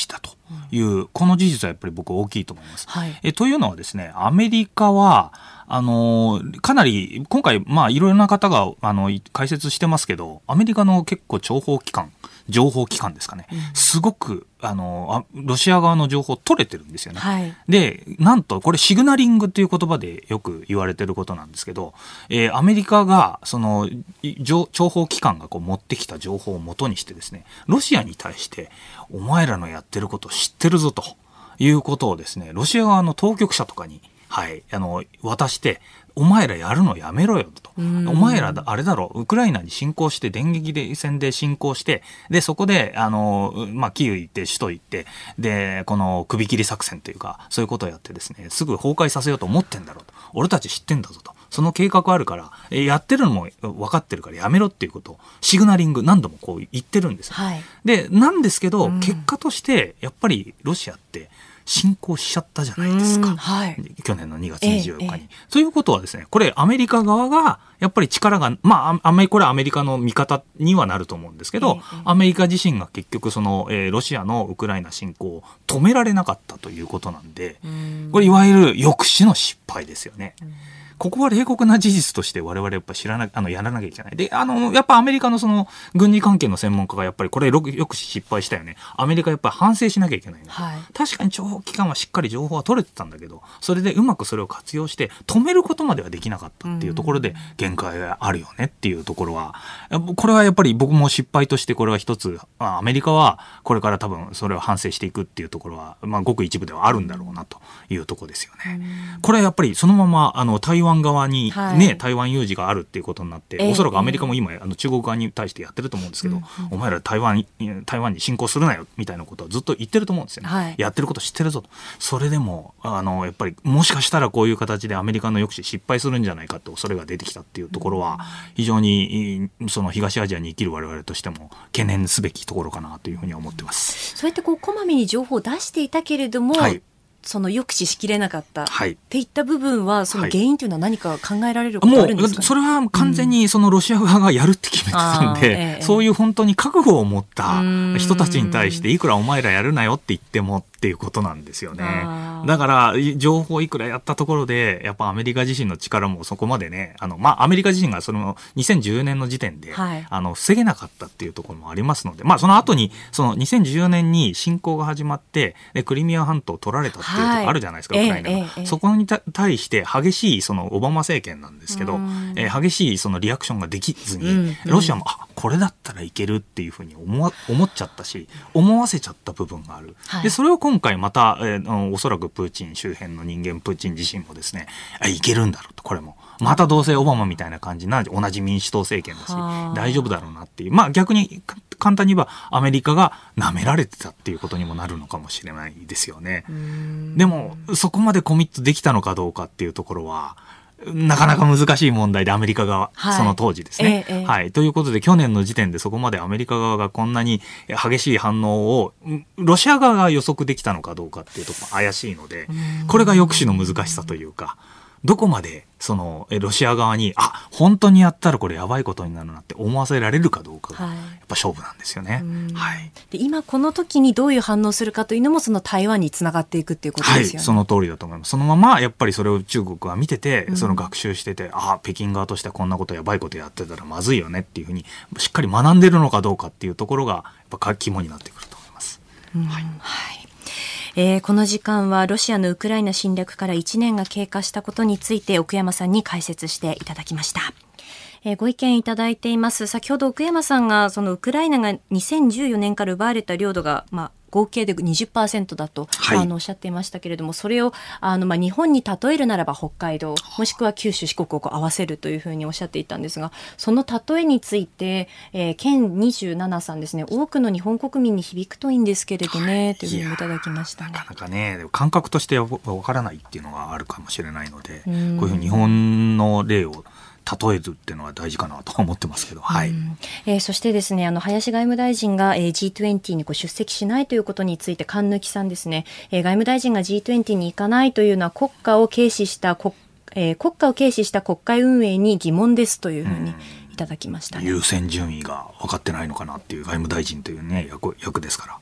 いう、この事実はやっぱり僕大きいと思います。 はい、 えというのはですね、アメリカはあのかなり今回、まあ、いろいろな方があの解説してますけど、アメリカの結構諜報機関情報機関ですかね、うん、すごくあのロシア側の情報取れてるんですよね、 はい、 でなんとこれシグナリングっていう言葉でよく言われてることなんですけど、えー、アメリカがその諜報機関がこう持ってきた情報を元にしてですね、ロシアに対してお前らのやってることを知ってるぞということをですね、ロシア側の当局者とかにはい、あの渡して、お前らやるのやめろよと、お前らあれだろ、ウクライナに侵攻して電撃で戦で侵攻して、でそこであの、まあ、キーウ行って首都行って、でこの首切り作戦というかそういうことをやってですね、すぐ崩壊させようと思ってんだろうと、俺たち知ってんだぞと、その計画あるからやってるのも分かってるからやめろっていうことをシグナリング何度もこう言ってるんですよ、はい、でなんですけど、うん、結果としてやっぱりロシアって侵攻しちゃったじゃないですか、はい、去年のにがつにじゅうよっかに、ええ、ということはですね、これアメリカ側がやっぱり力が、まあ、あこれはアメリカの味方にはなると思うんですけど、ええ、アメリカ自身が結局その、えー、ロシアのウクライナ侵攻を止められなかったということなんで、これいわゆる抑止の失敗ですよね。ここは冷酷な事実として我々やっぱ知らなあのやらなきゃいけない。で、あのやっぱアメリカのその軍事関係の専門家がやっぱりこれ抑止失敗したよね。アメリカやっぱり反省しなきゃいけない、ね、はい、確かに諜報機関はしっかり情報は取れてたんだけど、それでうまくそれを活用して止めることまではできなかったっていうところで限界があるよねっていうところは、これはやっぱり僕も失敗としてこれは一つ、アメリカはこれから多分それを反省していくっていうところは、まあ、ごく一部ではあるんだろうなというところですよね。これはやっぱりそのままあの台湾側に、はいね、台湾有事があるっていうことになって、えー、おそらくアメリカも今、えー、あの中国側に対してやってると思うんですけど、うんうん、お前ら台湾、台湾に侵攻するなよみたいなことをずっと言ってると思うんですよね、はい、やってること知ってるぞと。それでもあのやっぱりもしかしたらこういう形でアメリカの抑止失敗するんじゃないかって恐れが出てきたっていうところは、非常にその東アジアに生きる我々としても懸念すべきところかなというふうには思ってます。 そうやってこうこまめに情報を出していたけれども、はい、その抑止しきれなかった、はい、っていった部分はその原因というのは何か考えられることあるんですかね。 もうそれは完全にそのロシア側がやるって決めてたんで、うんええ、そういう本当に覚悟を持った人たちに対していくらお前らやるなよって言ってもっていうことなんですよね。だから情報いくらやったところでやっぱアメリカ自身の力もそこまでね、あの、まあ、アメリカ自身がそのにせんじゅうよねんの時点で、はい、あの防げなかったっていうところもありますので、まあ、その後にそのにせんじゅうよねんに侵攻が始まってでクリミア半島を取られたっていうところあるじゃないですか、はい、ウクライナが、ええええ、そこに対して激しいそのオバマ政権なんですけど、えー、激しいそのリアクションができずに、うん、ロシアもあこれだったらいけるっていうふうに思わ、思っちゃったし思わせちゃった部分がある、はい、でそれを今回また、えー、おそらくプーチン周辺の人間プーチン自身もですねあいけるんだろうと、これもまたどうせオバマみたいな感じな同じ民主党政権だし大丈夫だろうなっていう、まあ逆に簡単に言えばアメリカが舐められてたっていうことにもなるのかもしれないですよね。でもそこまでコミットできたのかどうかっていうところはなかなか難しい問題でアメリカ側、はい、その当時ですね、ええはい、ということで去年の時点でそこまでアメリカ側がこんなに激しい反応をロシア側が予測できたのかどうかっていうところも怪しいので、これが抑止の難しさというか、どこまでそのロシア側にあ本当にやったらこれやばいことになるなって思わせられるかどうかがやっぱ勝負なんですよね、はい、 で今この時にどういう反応するかというのもその台湾につながっていくっていうことですよね。 はい、その通りだと思います。そのままやっぱりそれを中国は見ててその学習してて、うん、あ北京側としてはこんなことやばいことやってたらまずいよねっていうふうにしっかり学んでるのかどうかっていうところがやっぱ肝になってくると思います、うんはいはいえー、この時間はロシアのウクライナ侵略からいちねんが経過したことについて奥山さんに解説していただきました。えー、ご意見いただいています。先ほど奥山さんがそのウクライナがにせんじゅうよねんから奪われた領土が、まあ、合計で にじゅっパーセント だと、はい、あのおっしゃっていましたけれども、それをあの、まあ、日本に例えるならば北海道もしくは九州四国をこう合わせるというふうにおっしゃっていたんですが、その例えについて、えー、県にじゅうななさんですね、多くの日本国民に響くといいんですけれどね、はい、というふうにいただきましたね。 なかなかね感覚としてわからないっていうのがあるかもしれないので、こういうふうに日本の例を例えるっていうのは大事かなと思ってますけど、はいうんえー、そしてですねあの林外務大臣が、えー、ジートゥエンティー にこう出席しないということについて神貫さんですね、えー、外務大臣が ジートゥエンティー に行かないというのは国家を軽視した国、えー、国家を軽視した国会運営に疑問ですというふうにいただきましたね。 優先順位が分かってないのかなっていう外務大臣というね 役, 役ですから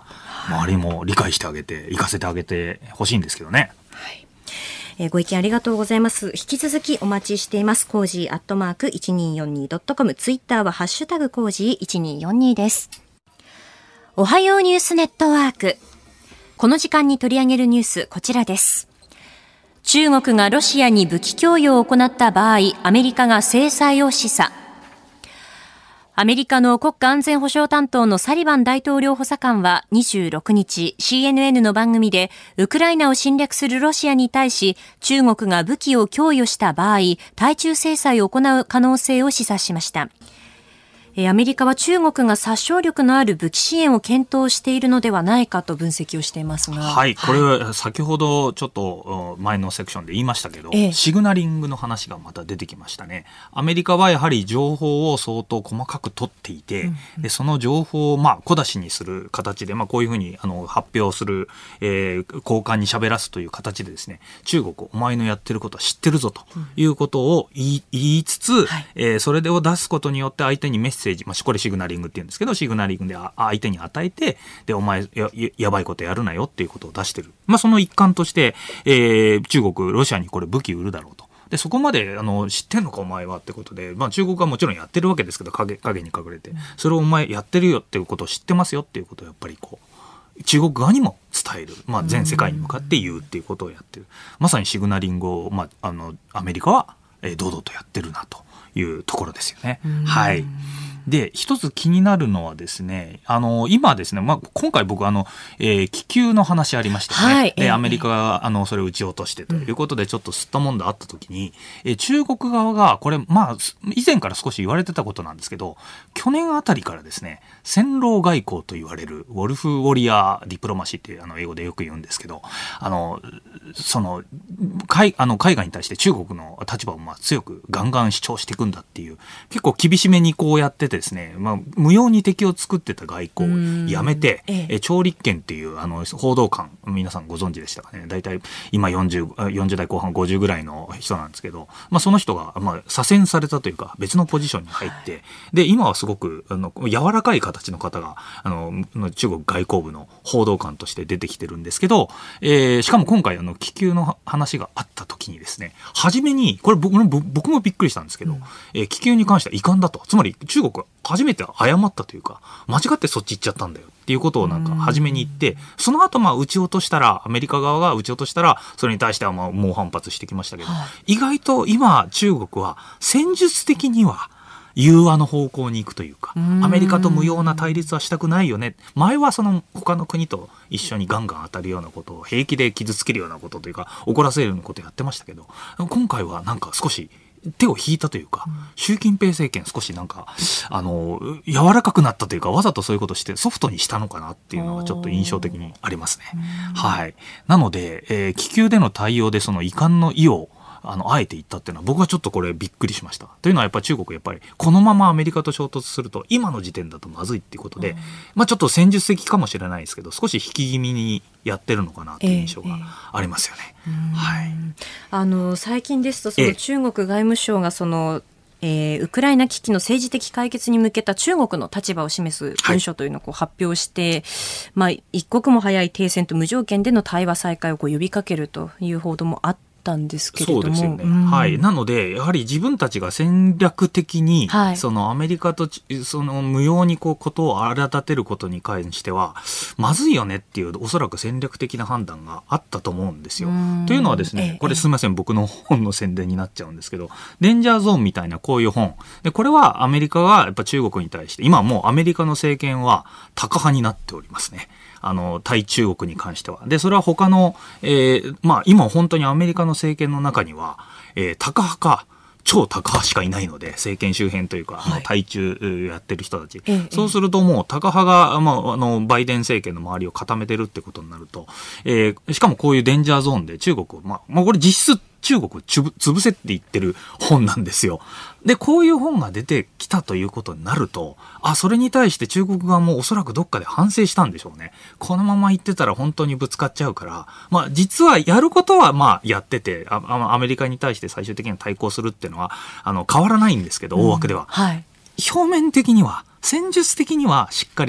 周りも理解してあげて行かせてあげてほしいんですけどね。 はい、えー、ご意見ありがとうございます。引き続きお待ちしています。コージーアットマーク いちにーよんにードットコム、 ツイッターはハッシュタグコージーいちにーよんにーです。おはようニュースネットワーク、この時間に取り上げるニュース、こちらです。中国がロシアに武器供与を行った場合、アメリカが制裁を示唆。アメリカの国家安全保障担当のサリバン大統領補佐官はにじゅうろくにち シーエヌエヌ の番組で、ウクライナを侵略するロシアに対し中国が武器を供与した場合、対中制裁を行う可能性を示唆しました。アメリカは中国が殺傷力のある武器支援を検討しているのではないかと分析をしていますが、 はい、これは先ほどちょっと前のセクションで言いましたけど、ええ、シグナリングの話がまた出てきましたね。アメリカはやはり情報を相当細かく取っていて、うんうん、でその情報をまあ小出しにする形で、まあ、こういうふうにあの発表する、えー、交換に喋らすという形でですね、中国お前のやってることは知ってるぞということを言い、言いつつ、はい、えー、それを出すことによって相手にメッセージ、まあ、これシグナリングって言うんですけど、シグナリングで相手に与えて、でお前 や, やばいことやるなよっていうことを出してる、まあ、その一環として、えー、中国ロシアにこれ武器売るだろうと。でそこまであの知ってんのかお前はってことで、まあ、中国はもちろんやってるわけですけど、 影, 影に隠れて、それをお前やってるよっていうことを知ってますよっていうことをやっぱりこう中国側にも伝える、まあ、全世界に向かって言うっていうことをやってる、まさにシグナリングを、まあ、あのアメリカは、えー、堂々とやってるなというところですよね。はい。で一つ気になるのはですね、あの今ですね、まあ、今回僕あの、えー、気球の話ありましたよね、はい、でアメリカがあのそれを撃ち落としてということでちょっと吸ったもんだあった時に、えー、中国側がこれまあ以前から少し言われてたことなんですけど、去年あたりからですね、戦狼外交と言われるウォルフ・ウォリアー・ディプロマシーってあの英語でよく言うんですけど、あのその 海, あの海外に対して中国の立場をまあ強くガンガン主張していくんだっていう、結構厳しめにこうやっててですね、まあ、無用に敵を作ってた外交をやめて、ええ、趙立堅っていうあの報道官、皆さんご存知でしたかね。大体今 40, よんじゅう代後半ごじゅうぐらいの人なんですけど、まあ、その人が、まあ、左遷されたというか別のポジションに入って、はい、で今はすごくあの柔らかい形の方があの中国外交部の報道官として出てきてるんですけど、えー、しかも今回あの気球の話があった時にですね、初めにこれ 僕, 僕もびっくりしたんですけど、うん、えー、気球に関しては遺憾だと、つまり中国は初めて謝ったというか、間違ってそっち行っちゃったんだよっていうことをなんか初めに言って、その後まあ撃ち落としたら、アメリカ側が撃ち落としたらそれに対してはまあ猛反発してきましたけど、はい、意外と今中国は戦術的には融和の方向に行くというか、アメリカと無用な対立はしたくないよね。前はその他の国と一緒にガンガン当たるようなことを、平気で傷つけるようなことというか怒らせるようなことをやってましたけど、今回はなんか少し手を引いたというか、習近平政権少しなんかあの柔らかくなったというか、わざとそういうことをしてソフトにしたのかなっていうのがちょっと印象的にありますね。はい。なので、えー、気球での対応でその遺憾の意をあのあえて言ったっていうのは、僕はちょっとこれびっくりしました。というのはやっぱり中国やっぱりこのままアメリカと衝突すると今の時点だとまずいっていうことで、まあ、ちょっと戦術的かもしれないですけど、少し引き気味にやってるのかなという印象がありますよね。えーえーはい、 あの最近ですとその中国外務省がその、えー、ウクライナ危機の政治的解決に向けた中国の立場を示す文書というのをこう発表して、はい、まあ、一刻も早い停戦と無条件での対話再開をこう呼びかけるという報道もあってんですけれども、 そうですよね、うん、はい、なのでやはり自分たちが戦略的に、はい、そのアメリカとその無用にこうことを荒立てることに関してはまずいよねっていうおそらく戦略的な判断があったと思うんですよ。というのはですね、これすみません、僕の本の宣伝になっちゃうんですけど、デンジャーゾーンみたいなこういう本で、これはアメリカがやっぱ中国に対して今もうアメリカの政権はタカ派になっておりますね。あの対中国に関しては。でそれは他の、えーまあ、今本当にアメリカの政権の中には、えー、タカ派か超タカ派しかいないので、政権周辺というか、はい、対中やってる人たち、ええ、そうするともうタカ派が、まあ、あのバイデン政権の周りを固めてるってことになると、えー、しかもこういうデンジャーゾーンで中国を、まあまあ、これ実質中国を潰せって言ってる本なんですよ。でこういう本が出てきたということになると、あそれに対して中国側もおそらくどっかで反省したんでしょうね。このまま言ってたら本当にぶつかっちゃうから、まあ、実はやることはまあやってて、あアメリカに対して最終的には対抗するっていうのはあの変わらないんですけど、大枠では、うん、はい、表面的には戦術的にはしっかり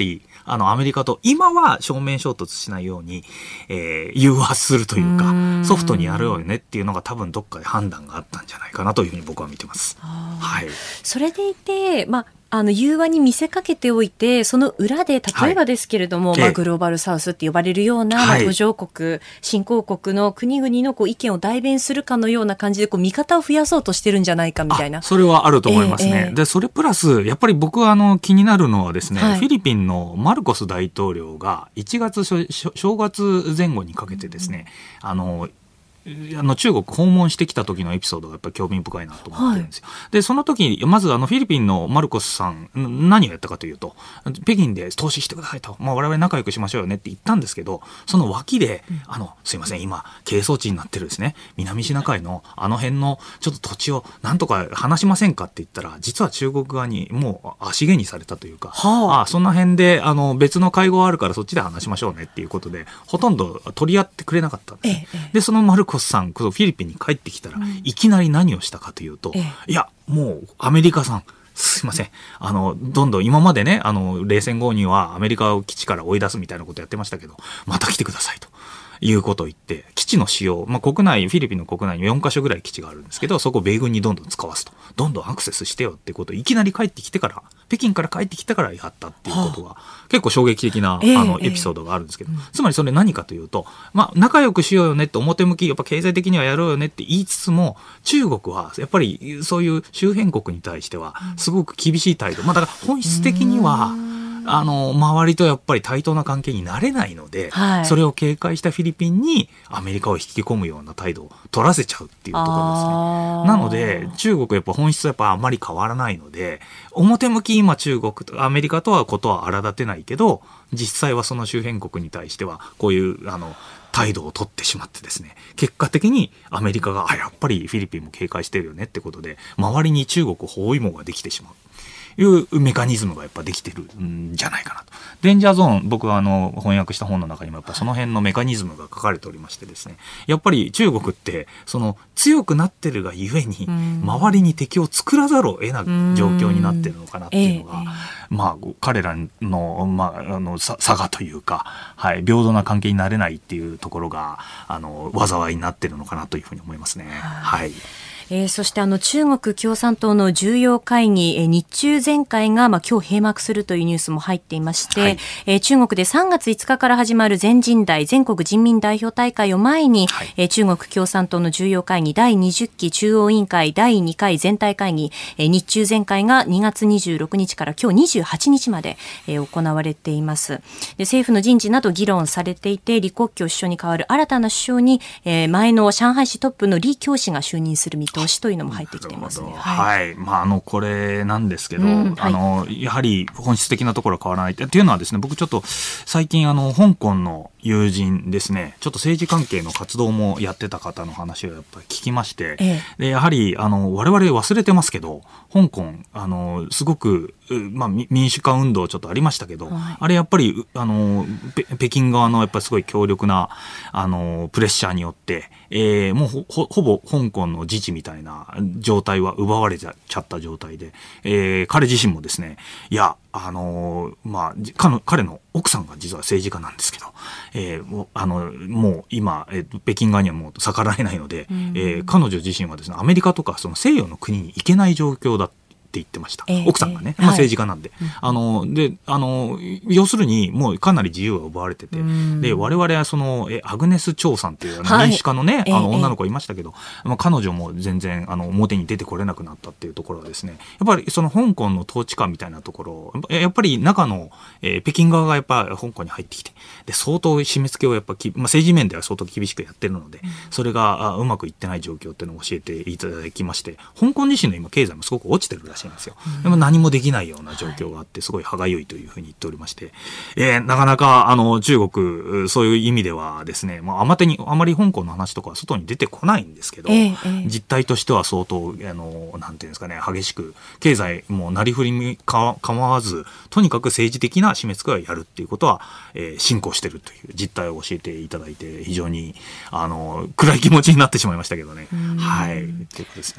あの、アメリカと今は正面衝突しないように、えー、融和するというか、ソフトにやるよねっていうのが多分どっかで判断があったんじゃないかなというふうに僕は見てます。はい。 それでいて、まあ、あの融和に見せかけておいて、その裏で例えばですけれども、はいまあ、グローバルサウスって呼ばれるような、はい、途上国新興国の国々のこう意見を代弁するかのような感じでこう見方を増やそうとしてるんじゃないかみたいな。 それはあると思いますね、えーえー、でそれプラスやっぱり僕はあの気になるのはですね、はい、フィリピンのマルコス大統領がいちがつ正月前後にかけてですね、うん、あのあの中国訪問してきた時のエピソードがやっぱり興味深いなと思ってるんですよ、はい、でその時まずあのフィリピンのマルコスさん何をやったかというと北京で投資してくださいと、まあ、我々仲良くしましょうよねって言ったんですけど、その脇で、うん、あのすいません今係争地になってるですね南シナ海のあの辺のちょっと土地をなんとか話しませんかって言ったら、実は中国側にもう足毛にされたというか、はあ、あそんな辺であの別の会合あるからそっちで話しましょうねっていうことでほとんど取り合ってくれなかったんです、ね、ええ、でそのマルコスさんフィリピンに帰ってきたら、うん、いきなり何をしたかというと、ええ、いやもうアメリカさんすいませんあのどんどん今までねあの冷戦後にはアメリカを基地から追い出すみたいなことやってましたけど、また来てくださいということを言って基地の使用、まあ、国内フィリピンの国内によんかしょぐらい基地があるんですけど、そこを米軍にどんどん使わすと、どんどんアクセスしてよってことをいきなり帰ってきてから北京から帰ってきてからやったっていうことが結構衝撃的な、はあ、あのエピソードがあるんですけど、えー、つまりそれ何かというと、まあ、仲良くしようよねって表向きやっぱ経済的にはやろうよねって言いつつも、中国はやっぱりそういう周辺国に対してはすごく厳しい態度、まあ、だから本質的にはあの周りとやっぱり対等な関係になれないので、はい、それを警戒したフィリピンにアメリカを引き込むような態度を取らせちゃうっていうところですね。なので中国はやっぱ本質はやっぱあまり変わらないので、表向き今中国とアメリカとはことは荒立てないけど、実際はその周辺国に対してはこういうあの態度を取ってしまってですね、結果的にアメリカがあやっぱりフィリピンも警戒してるよねってことで周りに中国包囲網ができてしまういうメカニズムがやっぱできてるんじゃないかなと。デンジャーゾーン、僕はあの翻訳した本の中にもやっぱその辺のメカニズムが書かれておりましてですね、やっぱり中国ってその強くなってるがゆえに周りに敵を作らざるを得ない状況になってるのかなっていうのが、まあ彼らのまああの差がというか、はい、平等な関係になれないっていうところがあの災いになってるのかなというふうに思いますね。はい。 えー、そしてあの中国共産党の重要会議、えー、日中全会が、まあ、今日閉幕するというニュースも入っていまして、はい、えー、中国でさんがついつかから始まる全人代全国人民代表大会を前に、はい、えー、中国共産党の重要会議だいにじゅっき中央委員会だいにかい全体会議、えー、日中全会がにがつにじゅうろくにちから今日にじゅうはちにちまで、えー、行われています。で政府の人事など議論されていて、李克強首相に代わる新たな首相に、えー、前の上海市トップの李強氏が就任する見通しというのも入ってきていますね。 はい、はい、まあ、あのこれなんですけど、うん、はい、あのやはり本質的なところは変わらないっていうのはですね、僕ちょっと最近あの香港の友人ですね、ちょっと政治関係の活動もやってた方の話をやっぱり聞きまして、ええ、でやはりあの我々忘れてますけど、香港あのすごく、まあ、民主化運動ちょっとありましたけど、はい、あれやっぱりあの北京側のやっぱりすごい強力なあのプレッシャーによって、えー、もう ほ, ほぼ香港の自治みたいな状態は奪われちゃった状態で、えー、彼自身もですね、いやあのー、まあ彼の奥さんが実は政治家なんですけど、えー、もうあのもう今、えー、北京側にはもう逆らえないので、えー、彼女自身はですねアメリカとかその西洋の国に行けない状況だったって言ってました、えー、奥さんがね、まあ、政治家なんで、はい、あのであの要するにもうかなり自由が奪われてて、で我々はそのえアグネス・チョウさんっていうあの民主化のね、はい、あの女の子いましたけど、えー、まあ、彼女も全然あの表に出てこれなくなったっていうところはですね、やっぱりその香港の統治下みたいなところ、やっぱり中の、えー、北京側がやっぱ香港に入ってきて、で相当締め付けをやっぱき、まあ、政治面では相当厳しくやってるので、うん、それがうまくいってない状況っていうのを教えていただきまして、香港自身の今経済もすごく落ちてるらしいんですよ、うん、でも何もできないような状況があって、すごい歯がゆいというふうに言っておりまして、えー、なかなかあの中国そういう意味ではですね、まあ、あまりあまり香港の話とかは外に出てこないんですけど、えーえー、実態としては相当あのなんていうんですかね、激しく経済もなりふりにか構わず、とにかく政治的な締め付けをやるっていうことは、えー、進行してるという実態を教えていただいて、非常にあの暗い気持ちになってしまいましたけどね。はい、ということですね。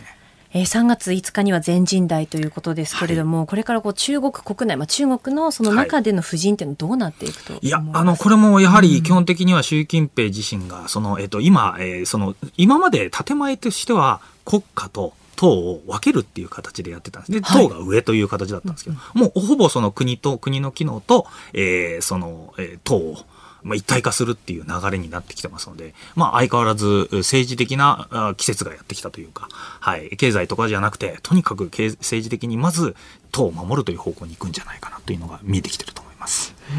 えー、さんがついつかには全人代ということですけれども、はい、これからこう中国国内、まあ、中国のその中での布陣っていうのはどうなっていくと思いますか？ いや、あの、これもやはり基本的には習近平自身が、その、えっと、今、えー、その、今まで建前としては国家と党を分けるっていう形でやってたんですね。党が上という形だったんですけど、はい、もうほぼその国と国の機能と、えー、その、えー、党をまあ一体化するっていう流れになってきてますので、まあ相変わらず政治的な季節がやってきたというか、はい、経済とかじゃなくて、とにかく政治的にまず党を守るという方向に行くんじゃないかなというのが見えてきてると思います。 うん、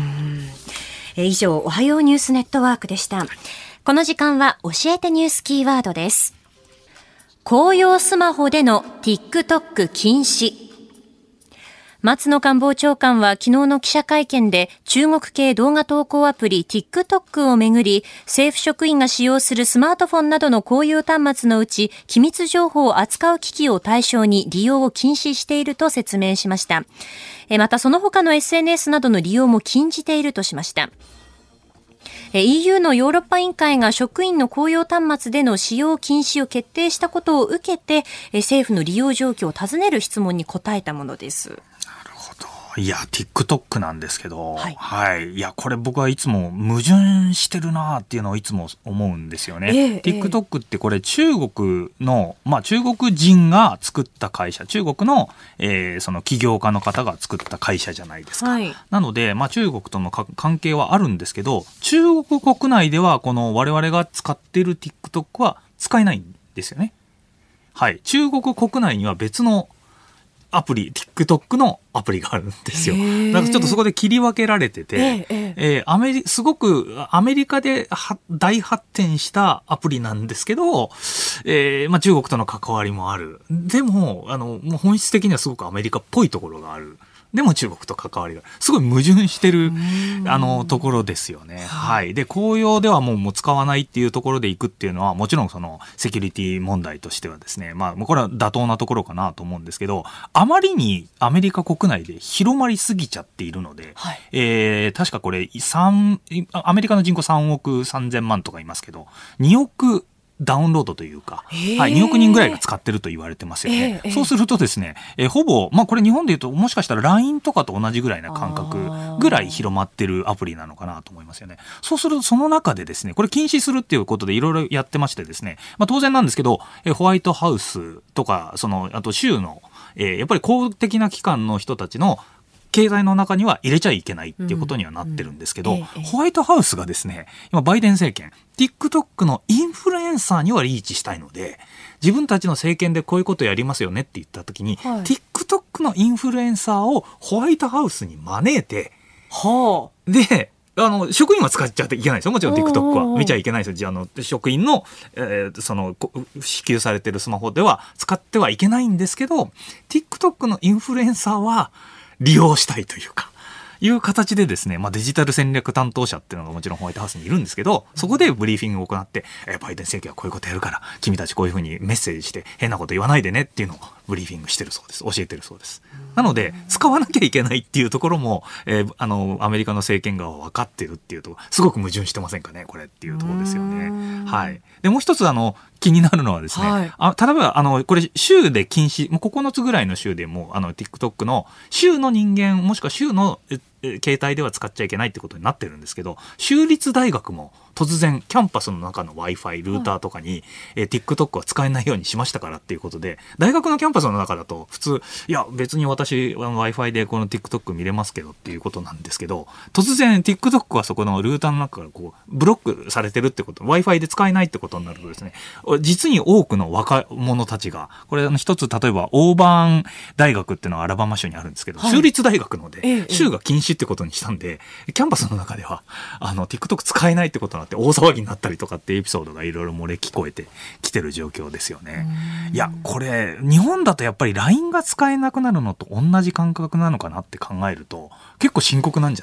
え以上、おはようニュースネットワークでした。はい、この時間は教えてニュースキーワードです。公用スマホでの TikTok 禁止。松野官房長官は昨日の記者会見で中国系動画投稿アプリ TikTok をめぐり、政府職員が使用するスマートフォンなどの公用端末のうち機密情報を扱う機器を対象に利用を禁止していると説明しました。またその他の エスエヌエス などの利用も禁じているとしました。イーユー のヨーロッパ委員会が職員の公用端末での使用禁止を決定したことを受けて、政府の利用状況を尋ねる質問に答えたものです。 いや、TikTok なんですけど、はい。はい。いや、これ僕はいつも矛盾してるなっていうのをいつも思うんですよね。えー、TikTok ってこれ中国の、まあ中国人が作った会社、中国の、えー、その起業家の方が作った会社じゃないですか。はい、なので、まあ中国との関係はあるんですけど、中国国内ではこの我々が使っている TikTok は使えないんですよね。はい。中国国内には別のアプリ、TikTok のアプリがあるんですよ。だからちょっとそこで切り分けられてて、えーえー、アメリ、すごくアメリカで大発展したアプリなんですけど、えー、まあ中国との関わりもある。でも、あの、もう本質的にはすごくアメリカっぽいところがある。でも中国と関わりがすごい矛盾してるあのところですよね。はい。で、公用ではもう、もう使わないっていうところで行くっていうのはもちろんそのセキュリティ問題としてはですね、まあこれは妥当なところかなと思うんですけど、あまりにアメリカ国内で広まりすぎちゃっているので、はい、えー、確かこれ3、アメリカの人口さんおくさんぜんまんとかいますけど、におくダウンロードというか、はい、におくにんぐらいが使ってると言われてますよね。そうするとですね、えー、ほぼ、まあこれ日本で言うともしかしたら ライン とかと同じぐらいな感覚ぐらい広まってるアプリなのかなと思いますよね。そうするとその中でですね、これ禁止するっていうことでいろいろやってましてですね、まあ当然なんですけど、えー、ホワイトハウスとか、その、あと州の、えー、やっぱり公的な機関の人たちの経済の中には入れちゃいけないっていうことにはなってるんですけど、うんうんええ、ホワイトハウスがですね、今バイデン政権、TikTok のインフルエンサーにはリーチしたいので、自分たちの政権でこういうことやりますよねって言ったときに、はい、TikTok のインフルエンサーをホワイトハウスに招いて、はあ、で、あの、職員は使っちゃっていけないですよ。もちろん TikTok は見ちゃいけないですよ。あの、職員の、えー、その、支給されてるスマホでは使ってはいけないんですけど、TikTok のインフルエンサーは利用したいというか、いう形でですね、まあデジタル戦略担当者っていうのがもちろんホワイトハウスにいるんですけど、そこでブリーフィングを行って、えー、バイデン政権はこういうことやるから、君たちこういうふうにメッセージして変なこと言わないでねっていうのをブリーフィングしてるそうです。教えてるそうです。なので、使わなきゃいけないっていうところも、えー、あの、アメリカの政権側は分かってるっていうと、すごく矛盾してませんかね、これっていうところですよね。はい。で、もう一つ、あの、気になるのはですね、はい、あ例えば、あの、これ、州で禁止、もうここのつぐらいの州でも、あの、TikTok の州の人間、もしくは州の、携帯では使っちゃいけないってことになってるんですけど、州立大学も突然キャンパスの中の Wi-Fi ルーターとかに、はいえー、TikTok は使えないようにしましたからっていうことで、大学のキャンパスの中だと普通、いや別に私 Wi-Fi でこの TikTok 見れますけどっていうことなんですけど、突然 TikTok はそこのルーターの中からこうブロックされてるってこと、Wi-Fi で使えないってことになるとですね、実に多くの若者たちが、これ一つ例えばオーバーン大学っていうのはアラバマ州にあるんですけど、はい、州立大学ので、ええ、州が禁止ってことにしたんで、キャンパスの中ではあの TikTok 使えないってことになって大騒ぎになったりとかってエピソードがいろいろ漏れ聞こえてきてる状況ですよね。いやこれ日本だとやっぱり ライン が使えなくなるのと同じ感覚なのかなって考えると結構深刻なんじゃないかっ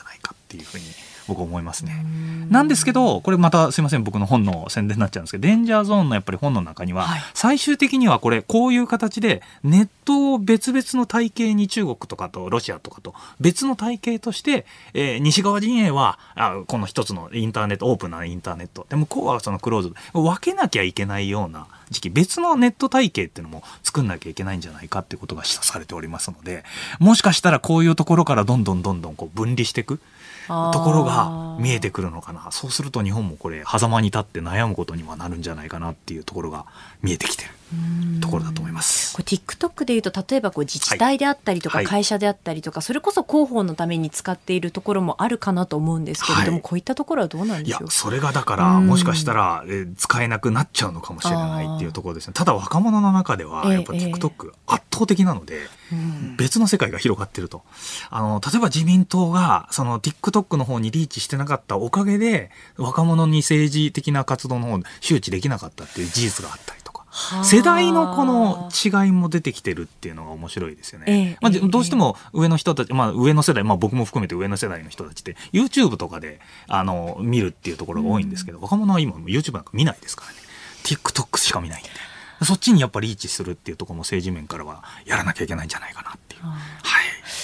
っていうふうに僕は思いますね。なんですけど、これまたすいません、僕の本の宣伝になっちゃうんですけど、デンジャーゾーンのやっぱり本の中には、はい、最終的にはこれこういう形でネットを別々の体系に中国とかとロシアとかと別の体系として、えー、西側陣営はあこの一つのインターネット、オープンなインターネットで、向こうはそのクローズド、分けなきゃいけないような時期、別のネット体系っていうのも作んなきゃいけないんじゃないかっていうことが示唆されておりますので、もしかしたらこういうところからどんどんどんどんこう分離していくところが見えてくるのかな。そうすると日本もこれ狭間に立って悩むことにはなるんじゃないかなっていうところが見えてきてるところだと思います。 これ TikTok でいうと、例えばこう自治体であったりとか会社であったりとか、はい、それこそ広報のために使っているところもあるかなと思うんですけれども、はい、こういったところはどうなんでしょう。 いや、それがだからもしかしたら、えー、使えなくなっちゃうのかもしれないっていうところですね。ただ若者の中ではやっぱ TikTok 圧倒的なので、えー、別の世界が広がってると。あの例えば自民党がその TikTok の方にリーチしてなかったおかげで若者に政治的な活動の方周知できなかったっていう事実があったりとか、世代のこの違いも出てきてるっていうのが面白いですよね。えーまあ、どうしても上の人たち、まあ、上の世代、まあ、僕も含めて上の世代の人たちって YouTube とかであの見るっていうところが多いんですけど、うん、若者は今 YouTube なんか見ないですからね。 TikTok しか見ないんで、そっちにやっぱりリーチするっていうところも政治面からはやらなきゃいけないんじゃないかなっていう、はい、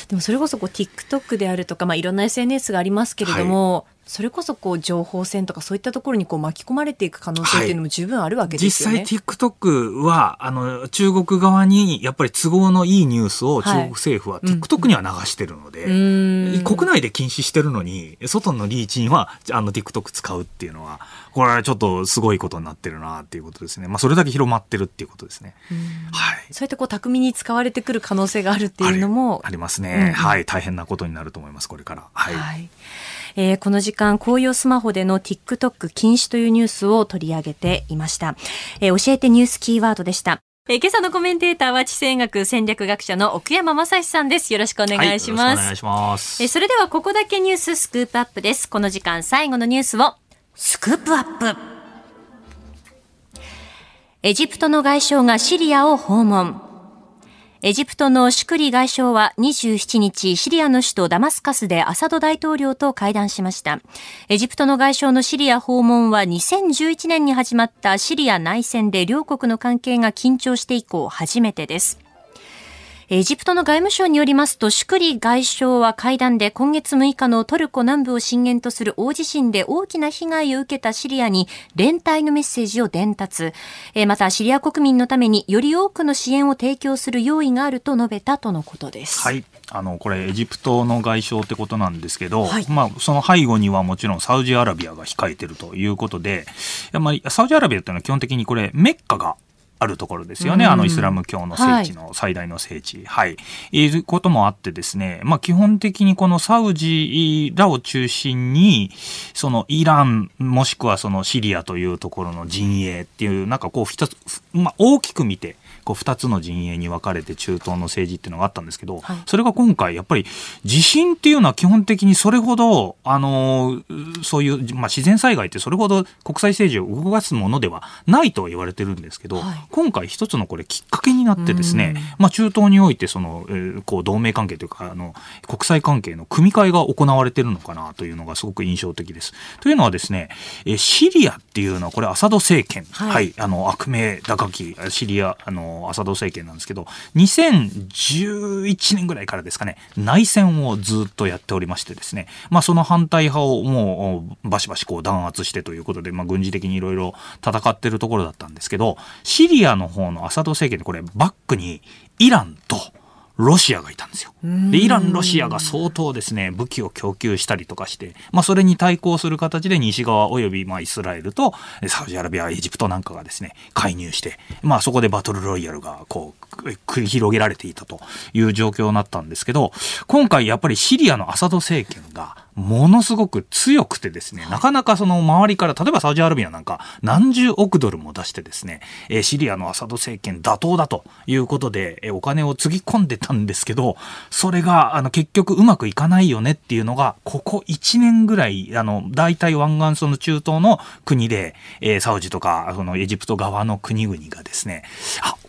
でもそれこそこう TikTok であるとか、まあ、いろんな エスエヌエス がありますけれども、はい、それこそこう情報戦とかそういったところにこう巻き込まれていく可能性っていうのも十分あるわけですよね。 はい、実際 TikTok はあの中国側にやっぱり都合のいいニュースを中国政府は TikTok には流してるので、はいうん、国内で禁止してるのに外のリーチにはあの TikTok 使うっていうのは、これはちょっとすごいことになってるなっていうことですね。まあ、それだけ広まってるっていうことですね。はい、 そういったこう巧みに使われてくる可能性があるっていうのもあ, ありますね、うん、はい、大変なことになると思いますこれから。はい、はいえー、この時間公用スマホでの TikTok 禁止というニュースを取り上げていました。えー、教えてニュースキーワードでした。えー、今朝のコメンテーターは地政学戦略学者の奥山正史さんです。よろしくお願いします。はい、よろしくお願いします。えー、それではここだけニューススクープアップです。この時間最後のニュースをスクープアップ。エジプトの外相がシリアを訪問。エジプトのシュクリ外相はにじゅうしちにち、シリアの首都ダマスカスでアサド大統領と会談しました。エジプトの外相のシリア訪問はにせんじゅういちねんに始まったシリア内戦で両国の関係が緊張して以降初めてです。エジプトの外務省によりますと、シュクリ外相は会談で今月むいかのトルコ南部を震源とする大地震で大きな被害を受けたシリアに連帯のメッセージを伝達。またシリア国民のためにより多くの支援を提供する用意があると述べたとのことです。 はい。あのこれエジプトの外相ってことなんですけど、はい、まあ、その背後にはもちろんサウジアラビアが控えているということで、やっぱりサウジアラビアというのは基本的にこれメッカがあるところですよね。あのイスラム教の聖地の最大の聖地、はい、いうこともあってですね、まあ、基本的にこのサウジらを中心にそのイランもしくはそのシリアというところの陣営っていうなんかこう二つ、まあ、大きく見てこうふたつの陣営に分かれて中東の政治っていうのがあったんですけど、はい、それが今回やっぱり地震っていうのは基本的にそれほどあのそういう、まあ、自然災害ってそれほど国際政治を動かすものではないとは言われてるんですけど、はい、今回一つのこれきっかけになってですね、まあ、中東においてその、えー、こう同盟関係というかあの国際関係の組み替えが行われているのかなというのがすごく印象的です。というのはですね、えシリアっていうのはこれアサド政権、はいはい、あの悪名高きシリアあのアサド政権なんですけど、にせんじゅういちねんぐらいからですかね、内戦をずっとやっておりましてですね、まあ、その反対派をもうバシバシこう弾圧してということで、まあ、軍事的にいろいろ戦っているところだったんですけど、シリアの方のアサド政権でこれバックにイランとロシアがいたんですよ。でイラン、ロシアが相当ですね武器を供給したりとかして、まあ、それに対抗する形で西側およびまあイスラエルとサウジアラビア、エジプトなんかがですね介入して、まあ、そこでバトルロイヤルがこう繰り広げられていたという状況になったんですけど、今回やっぱりシリアのアサド政権がものすごく強くてですね、なかなかその周りから例えばサウジアラビアなんか何十億ドルも出してですね、えー、シリアのアサド政権打倒だということで、えー、お金をつぎ込んでたんですけど、それがあの結局うまくいかないよねっていうのがここいちねんぐらいあの大体湾岸その中東の国で、えー、サウジとかそのエジプト側の国々がですね、あ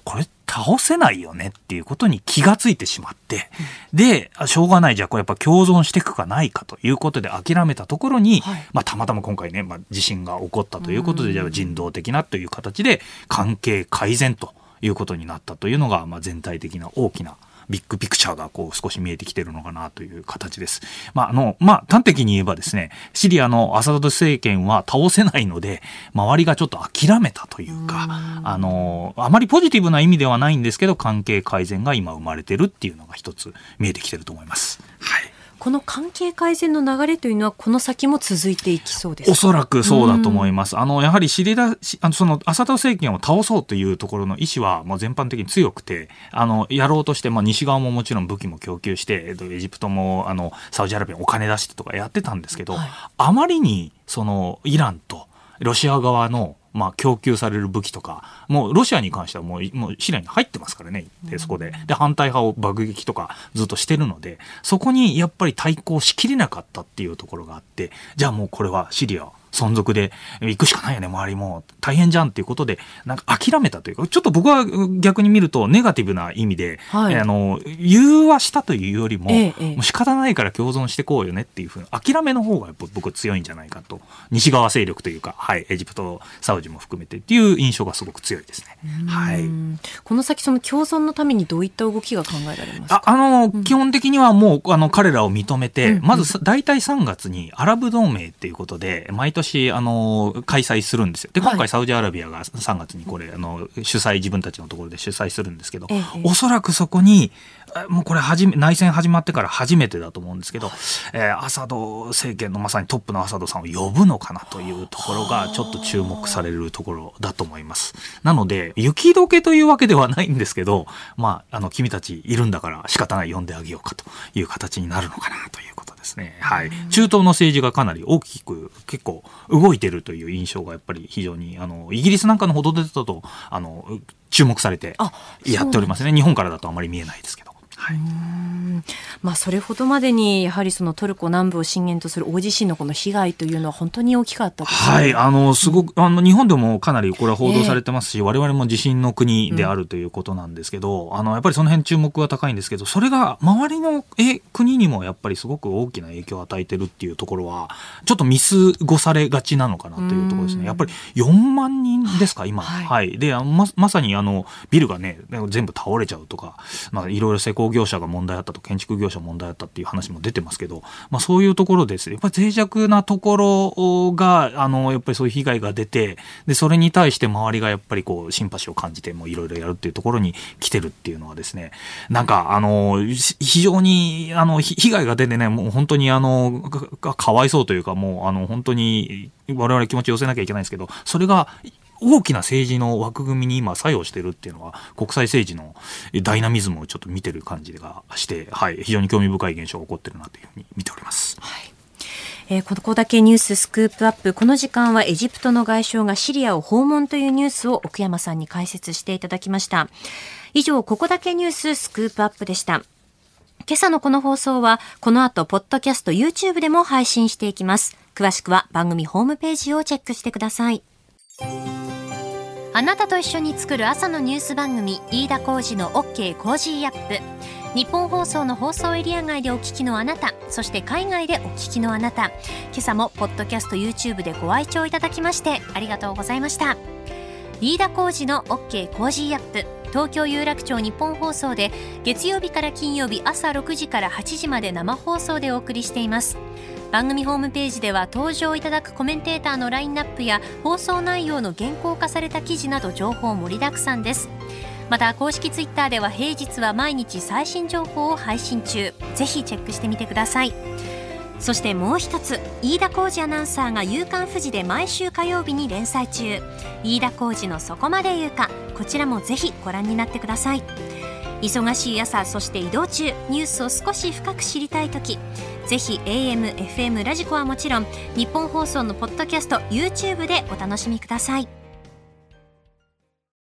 これ倒せないよねっていうことに気がついてしまって、うん、でしょうがない、じゃあこれやっぱ共存していくかないかということで諦めたところに、はい、まあ、たまたま今回ね、まあ、地震が起こったということで、じゃあ人道的なという形で関係改善ということになったというのが、まあ、全体的な大きなビッグピクチャーがこう少し見えてきてるのかなという形です。まあ、あの、まあ、端的に言えばですね、シリアのアサド政権は倒せないので、周りがちょっと諦めたというか、あの、あまりポジティブな意味ではないんですけど、関係改善が今生まれてるっていうのが一つ見えてきてると思います。はい。 この関係改善の流れというのはこの先も続いていきそうですか？ おそらくそうだと思います。あのやはりシリアあのそのアサド政権を倒そうというところの意思はもう全般的に強くて、あのやろうとして、まあ、西側ももちろん武器も供給して、エジプトもあのサウジアラビアにお金出してとかやってたんですけど、はい、あまりにそのイランとロシア側のまあ、供給される武器とか、もうロシアに関してはもう、もうシリアに入ってますからね。で、そこで。で、反対派を爆撃とかずっとしてるので、そこにやっぱり対抗しきれなかったっていうところがあって、じゃあもうこれはシリア存続で行くしかないよね、周りも大変じゃんっていうことで、なんか諦めたというか、ちょっと僕は逆に見るとネガティブな意味で、はい、あの融和したというよりも、ええ、もう仕方ないから共存していこうよねっていうふうに諦めの方がやっぱ僕強いんじゃないかと、西側勢力というか、はい、エジプト、サウジも含めてっていう印象がすごく強いですね。はい、 この先その共存のためにどういった動きが考えられますか？ ああの、うん、基本的にはもうあの彼らを認めて、うん、まず大体さんがつにアラブ同盟っていうことで毎年あの開催するんですよ。で今回サウジアラビアがさんがつにこれあの主催、自分たちのところで主催するんですけど、ええ、おそらくそこにもうこれ始め内戦始まってから初めてだと思うんですけど、えー、アサド政権のまさにトップのアサドさんを呼ぶのかなというところがちょっと注目されるところだと思います。なので雪解けというわけではないんですけど、まあ、あの君たちいるんだから仕方ない呼んであげようかという形になるのかなということですね。はい、中東の政治がかなり大きく結構動いてるという印象がやっぱり非常にあのイギリスなんかの報道でだとあの注目されてやっておりますね。日本からだとあまり見えないですけど。はい、うーん、まあ、それほどまでにやはりそのトルコ南部を震源とする大地震のこの被害というのは本当に大きかったですね。 はい、あのすごくあの日本でもかなりこれは報道されてますし、えー、我々も地震の国であるということなんですけど、うん、あのやっぱりその辺注目は高いんですけど、それが周りのえ国にもやっぱりすごく大きな影響を与えてるっていうところはちょっと見過ごされがちなのかなというところですね。やっぱりよんまんにんですか今、はいはい、で ま, まさにあのビルがね全部倒れちゃうとか、まあ、いろいろ施工業者が問題あったと、建築業者問題あったっていう話も出てますけど、まあ、そういうところですやっぱり脆弱なところがあのやっぱりそういう被害が出て、でそれに対して周りがやっぱりこうシンパシーを感じてもいろいろやるっていうところに来てるっていうのはですね、なんかあの非常にあの被害が出てね、もう本当にあの か, かわいそうというか、もうあの本当に我々気持ち寄せなきゃいけないんですけど、それが大きな政治の枠組みに今作用してるっていうのは国際政治のダイナミズムをちょっと見てる感じがして、はい、非常に興味深い現象が起こってるなというふうに見ております。 はい、えー、ここだけニューススクープアップ、この時間はエジプトの外相がシリアを訪問というニュースを奥山さんに解説していただきました。以上、ここだけニューススクープアップでした。今朝のこの放送はこの後ポッドキャスト YouTube でも配信していきます。詳しくは番組ホームページをチェックしてください。あなたと一緒に作る朝のニュース番組、飯田浩司の OK コージーアップ。日本放送の放送エリア外でお聞きのあなた、そして海外でお聞きのあなた、今朝もポッドキャスト YouTube でご愛聴いただきましてありがとうございました。飯田浩司の OK コージーアップ、東京有楽町日本放送で月曜日から金曜日朝ろくじからはちじまで生放送でお送りしています。番組ホームページでは登場いただくコメンテーターのラインナップや放送内容の原稿化された記事など情報盛りだくさんです。また公式ツイッターでは平日は毎日最新情報を配信中、ぜひチェックしてみてください。そしてもう一つ、飯田浩司アナウンサーが夕刊フジで毎週火曜日に連載中、飯田浩司のそこまで言うか、こちらもぜひご覧になってください。忙しい朝、そして移動中、ニュースを少し深く知りたいとき、ぜひ エーエム、エフエム、ラジコはもちろん日本放送のポッドキャスト YouTube でお楽しみください。